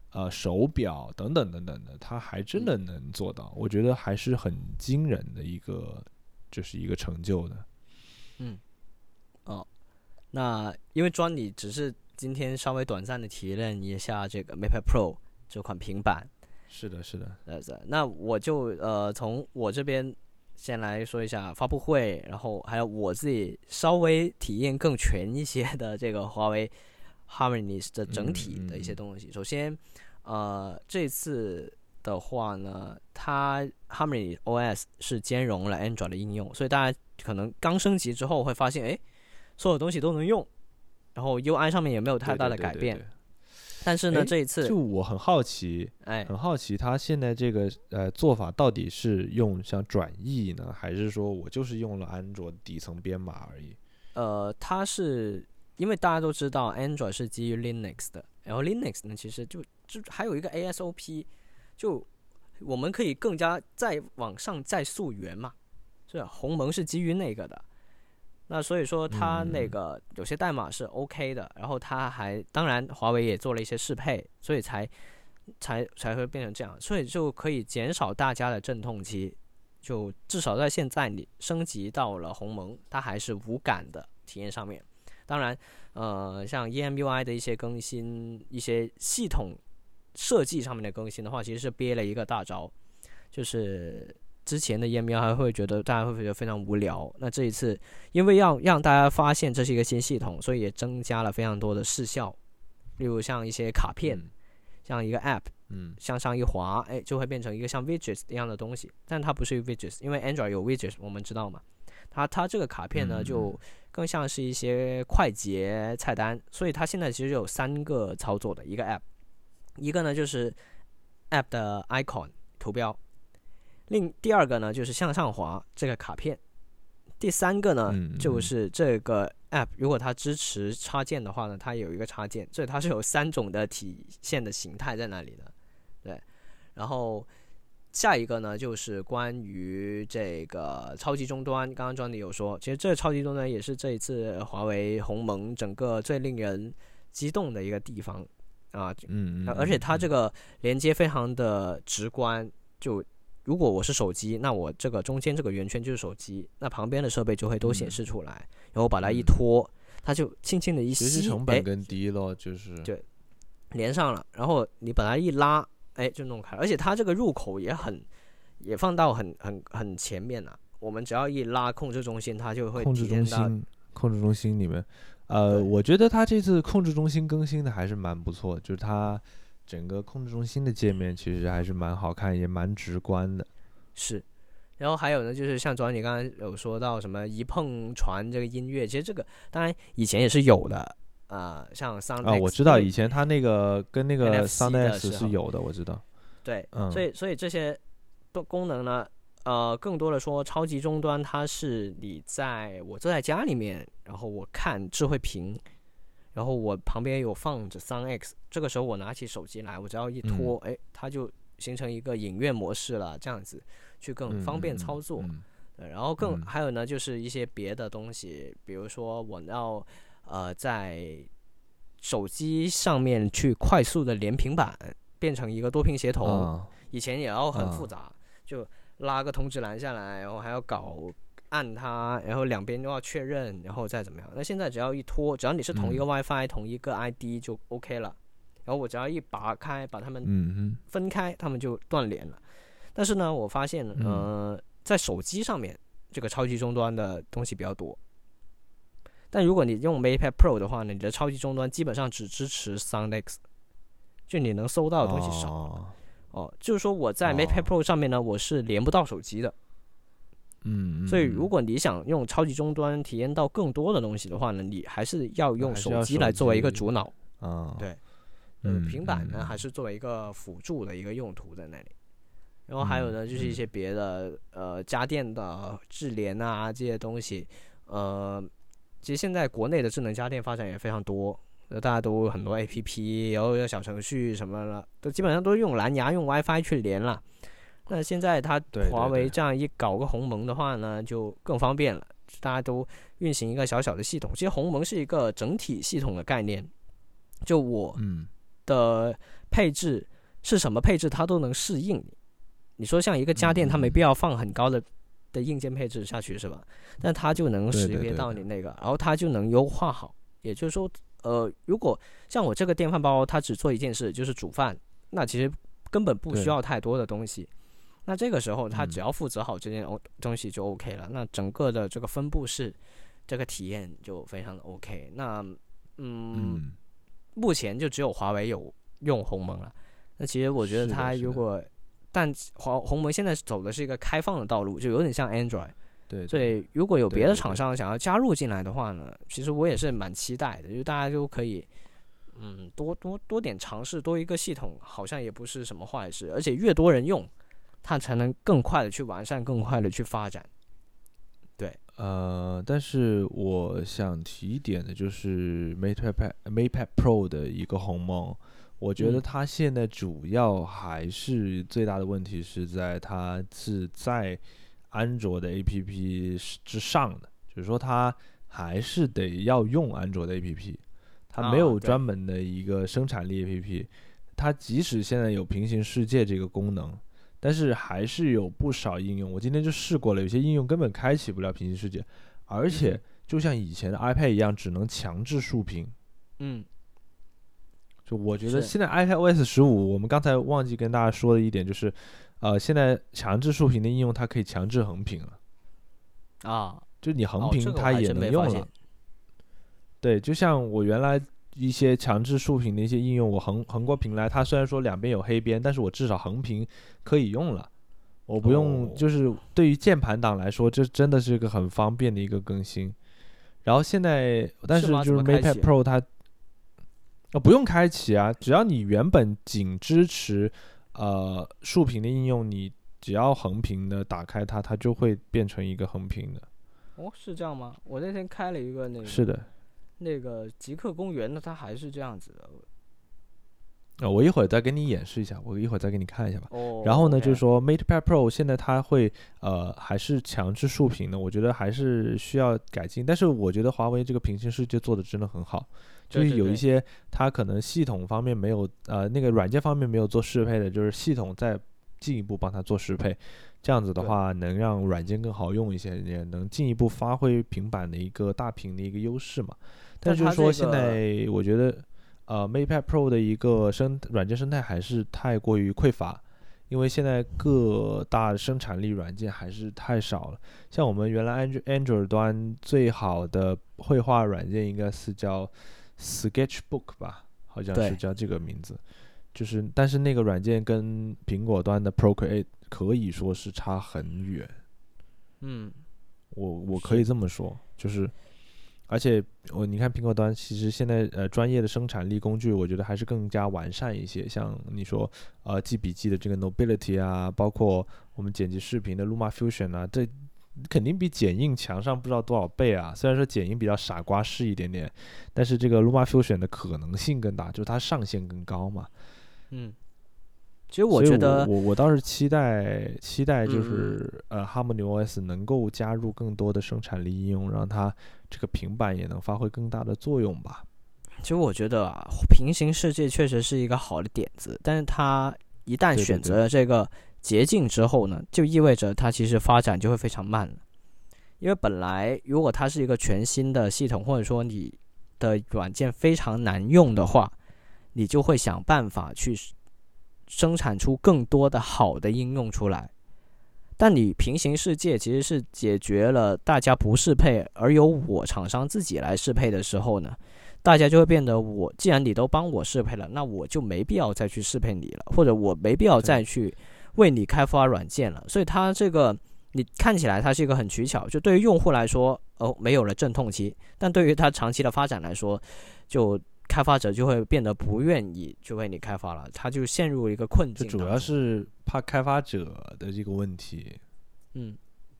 呃手表等等等等的，它还真的能做到，我觉得还是很惊人的一个，就是一个成就的。 嗯，哦，那因为庄你只是今天稍微短暂的体验一下这个 MatePad Pro 这款平板。 是的，是的。 呃，那我就呃从我这边先来说一下发布会，然后还有我自己稍微体验更全一些的这个华为 Harmony 的整体的一些东西。嗯嗯、首先，呃，这次的话呢，它 Harmony O S 是兼容了 Android 的应用，所以大家可能刚升级之后会发现，哎，所有东西都能用，然后 U I 上面也没有太大的改变。 对对对对对， 但是呢，这一次就我很好奇， 哎， 很好奇，他现在这个呃做法到底是用像转译呢，还是说我就是用了安卓底层编码而已？ 呃，它是因为大家都知道 Android 是基于 Linux 的，然后 Linux 呢其实就就还有一个 A S O P， 就我们可以更加再往上再溯源嘛，是鸿蒙是基于那个的。那所以说它那个有些代码是 OK 的，嗯、然后它还当然华为也做了一些适配，所以才才才会变成这样，所以就可以减少大家的阵痛期，就至少在现在你升级到了鸿蒙，它还是无感的体验上面。当然，呃，像 E M U I 的一些更新，一些系统设计上面的更新的话，其实是憋了一个大招，就是之前的 E M U I 还会觉得大家会觉得非常无聊，那这一次因为要让大家发现这是一个新系统，所以也增加了非常多的视效，例如像一些卡片，嗯、像一个 App， 嗯， 向上一滑，哎，就会变成一个像 Widgets 一样的东西，但它不是 Widgets， 因为 Android 有 Widgets， 我们知道嘛，它它这个卡片呢就更像是一些快捷菜单，所以它现在其实有三个操作的一个 App， 一个呢就是 App 的 icon 图标。另第二个呢就是向上滑这个卡片，第三个呢、嗯、就是这个 app 如果它支持插件的话呢，它有一个插件，所以它是有三种的体现的形态在那里的。对，然后下一个呢就是关于这个超级终端，刚刚 Johnny 有说，其实这个超级终端也是这一次华为鸿蒙整个最令人激动的一个地方啊， 嗯， 而且它这个连接非常的直观，就如果我是手机，那我这个中间这个圆圈就是手机，那旁边的设备就会都显示出来，嗯、然后把它一拖，它就轻轻的一吸， 其实成本更低了，就是对，连上了，然后你把它一拉，哎，就弄开了，而且它这个入口也很，也放到很很很前面了、啊，我们只要一拉控制中心，它就会体验到控制中心，控制中心里面，呃，我觉得它这次控制中心更新的还是蛮不错，就是它整个控制中心的界面其实还是蛮好看，也蛮直观的。 是，然后还有呢，就是像昨天你刚才有说到什么一碰传这个音乐，其实这个当然以前也是有的啊、呃，像 Sound X 啊，我知道以前它那个跟那个 Sound X 是有的，我知道。 对， 嗯、 所以所以这些功能呢，呃，更多的说超级终端，它是你在我坐在家里面，然后我看智慧屏。然后我旁边有放着 Sound X， 这个时候我拿起手机来，我只要一拖，哎、嗯，它就形成一个影院模式了，这样子去更方便操作。 嗯嗯对，然后更、嗯、还有呢，就是一些别的东西，比如说我要呃在手机上面去快速的连平板，变成一个多屏协同， 哦、 以前也要很复杂，哦、就拉个通知栏下来，然后还要搞。按它，然后两边都要确认，然后再怎么样？那现在只要一拖，只要你是同一个 WiFi、嗯、同一个 I D 就 OK 了。然后我只要一拔开，把它们分开，它们就断连了。但是呢，我发现，呃， 嗯、 在手机上面这个超级终端的东西比较多。但如果你用 MatePad Pro 的话呢，你的超级终端基本上只支持 Sound X， 就你能搜到的东西少。 哦， 哦就是说我在 MatePad Pro 上面呢，我是连不到手机的。 嗯， 所以如果你想用超级终端体验到更多的东西的话呢，你还是要用手机来作为一个主脑啊。 对，嗯，平板呢还是作为一个辅助的一个用途在那里。然后还有呢，就是一些别的呃家电的智联啊这些东西，呃，其实现在国内的智能家电发展也非常多，大家都有很多 A P P， 然后有小程序什么的，都基本上都用蓝牙用 WiFi 去连了。那现在它华为这样一搞个鸿蒙的话呢，就更方便了，大家都运行一个小小的系统。其实鸿蒙是一个整体系统的概念，就我的配置是什么配置，它都能适应你。你说像一个家电，它没必要放很高的的硬件配置下去，是吧？但它就能识别到你那个，然后它就能优化好。也就是说，呃，如果像我这个电饭煲，它只做一件事，就是煮饭，那其实根本不需要太多的东西。那这个时候，它只要负责好这件东西就 OK 了。嗯、那整个的这个分布式这个体验就非常的 OK。那嗯，嗯目前就只有华为有用鸿蒙了。那其实我觉得它如果，但华鸿蒙现在走的是一个开放的道路，就有点像 Android。 对， 所以如果有别的厂商想要加入进来的话呢，对对对其实我也是蛮期待的，就大家就可以，嗯，多多多点尝试，多一个系统，好像也不是什么坏事，而且越多人用，它才能更快的去完善，更快的去发展。对， 呃，但是我想提一点的就是 MatePad MatePad Pro 的一个鸿蒙。我觉得它现在主要还是最大的问题是在它是在安卓的 A P P 之上的，就是说它还是得要用安卓的 A P P， 它没有专门的一个生产力 A P P， 它即使现在有平行世界这个功能，但是还是有不少应用，我今天就试过了，有些应用根本开启不了平行世界，而且就像以前的 iPad 一样，只能强制竖屏。 嗯， 就我觉得现在 iPadOS 十五，我们刚才忘记跟大家说的一点就是。呃，现在强制竖屏的应用，它可以强制横屏了啊， 就你横屏它也能用了。哦这个、对，就像我原来一些强制竖屏的一些应用，我横横过屏来，它虽然说两边有黑边，但是我至少横屏可以用了，我不用， 哦、 就是对于键盘党来说，这真的是一个很方便的一个更新。然后现在，但是就是 MatePad Pro 它，呃，不用开启啊，只要你原本仅支持。呃，竖屏的应用，你只要横屏的打开它，它就会变成一个横屏的。 哦，是这样吗？我那天开了一个那个， 是的， 那个极客公园的，它还是这样子的。 呃、我一会儿再给你演示一下，我一会儿再给你看一下吧。 哦、 然后呢， okay. 就是说 MatePad Pro 现在它会呃还是强制竖屏的，我觉得还是需要改进。但是我觉得华为这个平行世界做的真的很好。就是有一些它可能系统方面没有呃那个软件方面没有做适配的，就是系统再进一步帮它做适配，这样子的话能让软件更好用一些，也能进一步发挥平板的一个大屏的一个优势嘛。但是就是说现在我觉得呃 MatePad Pro 的一个生软件生态还是太过于匮乏，因为现在各大生产力软件还是太少了。像我们原来 Android 端最好的绘画软件应该是叫Sketchbook 吧，好像是叫这个名字，就是但是那个软件跟苹果端的 Procreate 可以说是差很远。 嗯， 我我可以这么说，就是而且我你看苹果端其实现在呃专业的生产力工具，我觉得还是更加完善一些。像你说呃记笔记的这个 Nobility 啊，包括我们剪辑视频的 LumaFusion 啊，这肯定比剪映强上不知道多少倍啊！虽然说剪映比较傻瓜式一点点，但是这个 LumaFusion 的可能性更大，就是它上限更高嘛。 嗯，其实我觉得， 我我我倒是期待期待就是、嗯、呃 HarmonyOS 能够加入更多的生产力应用，让它这个平板也能发挥更大的作用吧。 其实我觉得啊，平行世界确实是一个好的点子，但是它一旦选择了这个。对对对捷径之后呢，就意味着它其实发展就会非常慢了。因为本来如果它是一个全新的系统，或者说你的软件非常难用的话，你就会想办法去生产出更多的好的应用出来。但你平行世界其实是解决了大家不适配，而由我厂商自己来适配的时候呢，大家就会变得我既然你都帮我适配了，那我就没必要再去适配你了，或者我没必要再去为你开发软件了。所以它这个你看起来它是一个很取巧，就对于用户来说哦没有了阵痛期，但对于它长期的发展来说，就开发者就会变得不愿意去为你开发了，他就陷入一个困境。 这主要是怕开发者的这个问题。 嗯，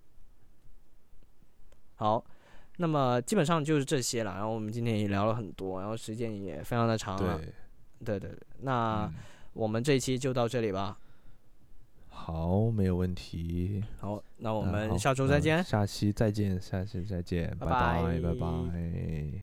好，那么基本上就是这些了。然后我们今天也聊了很多，然后时间也非常的长了。对对对，那、嗯、我们这一期就到这里吧。 好，没有问题。 好，那我们下周再见。 嗯、下期再见，下期再见，拜拜，拜拜。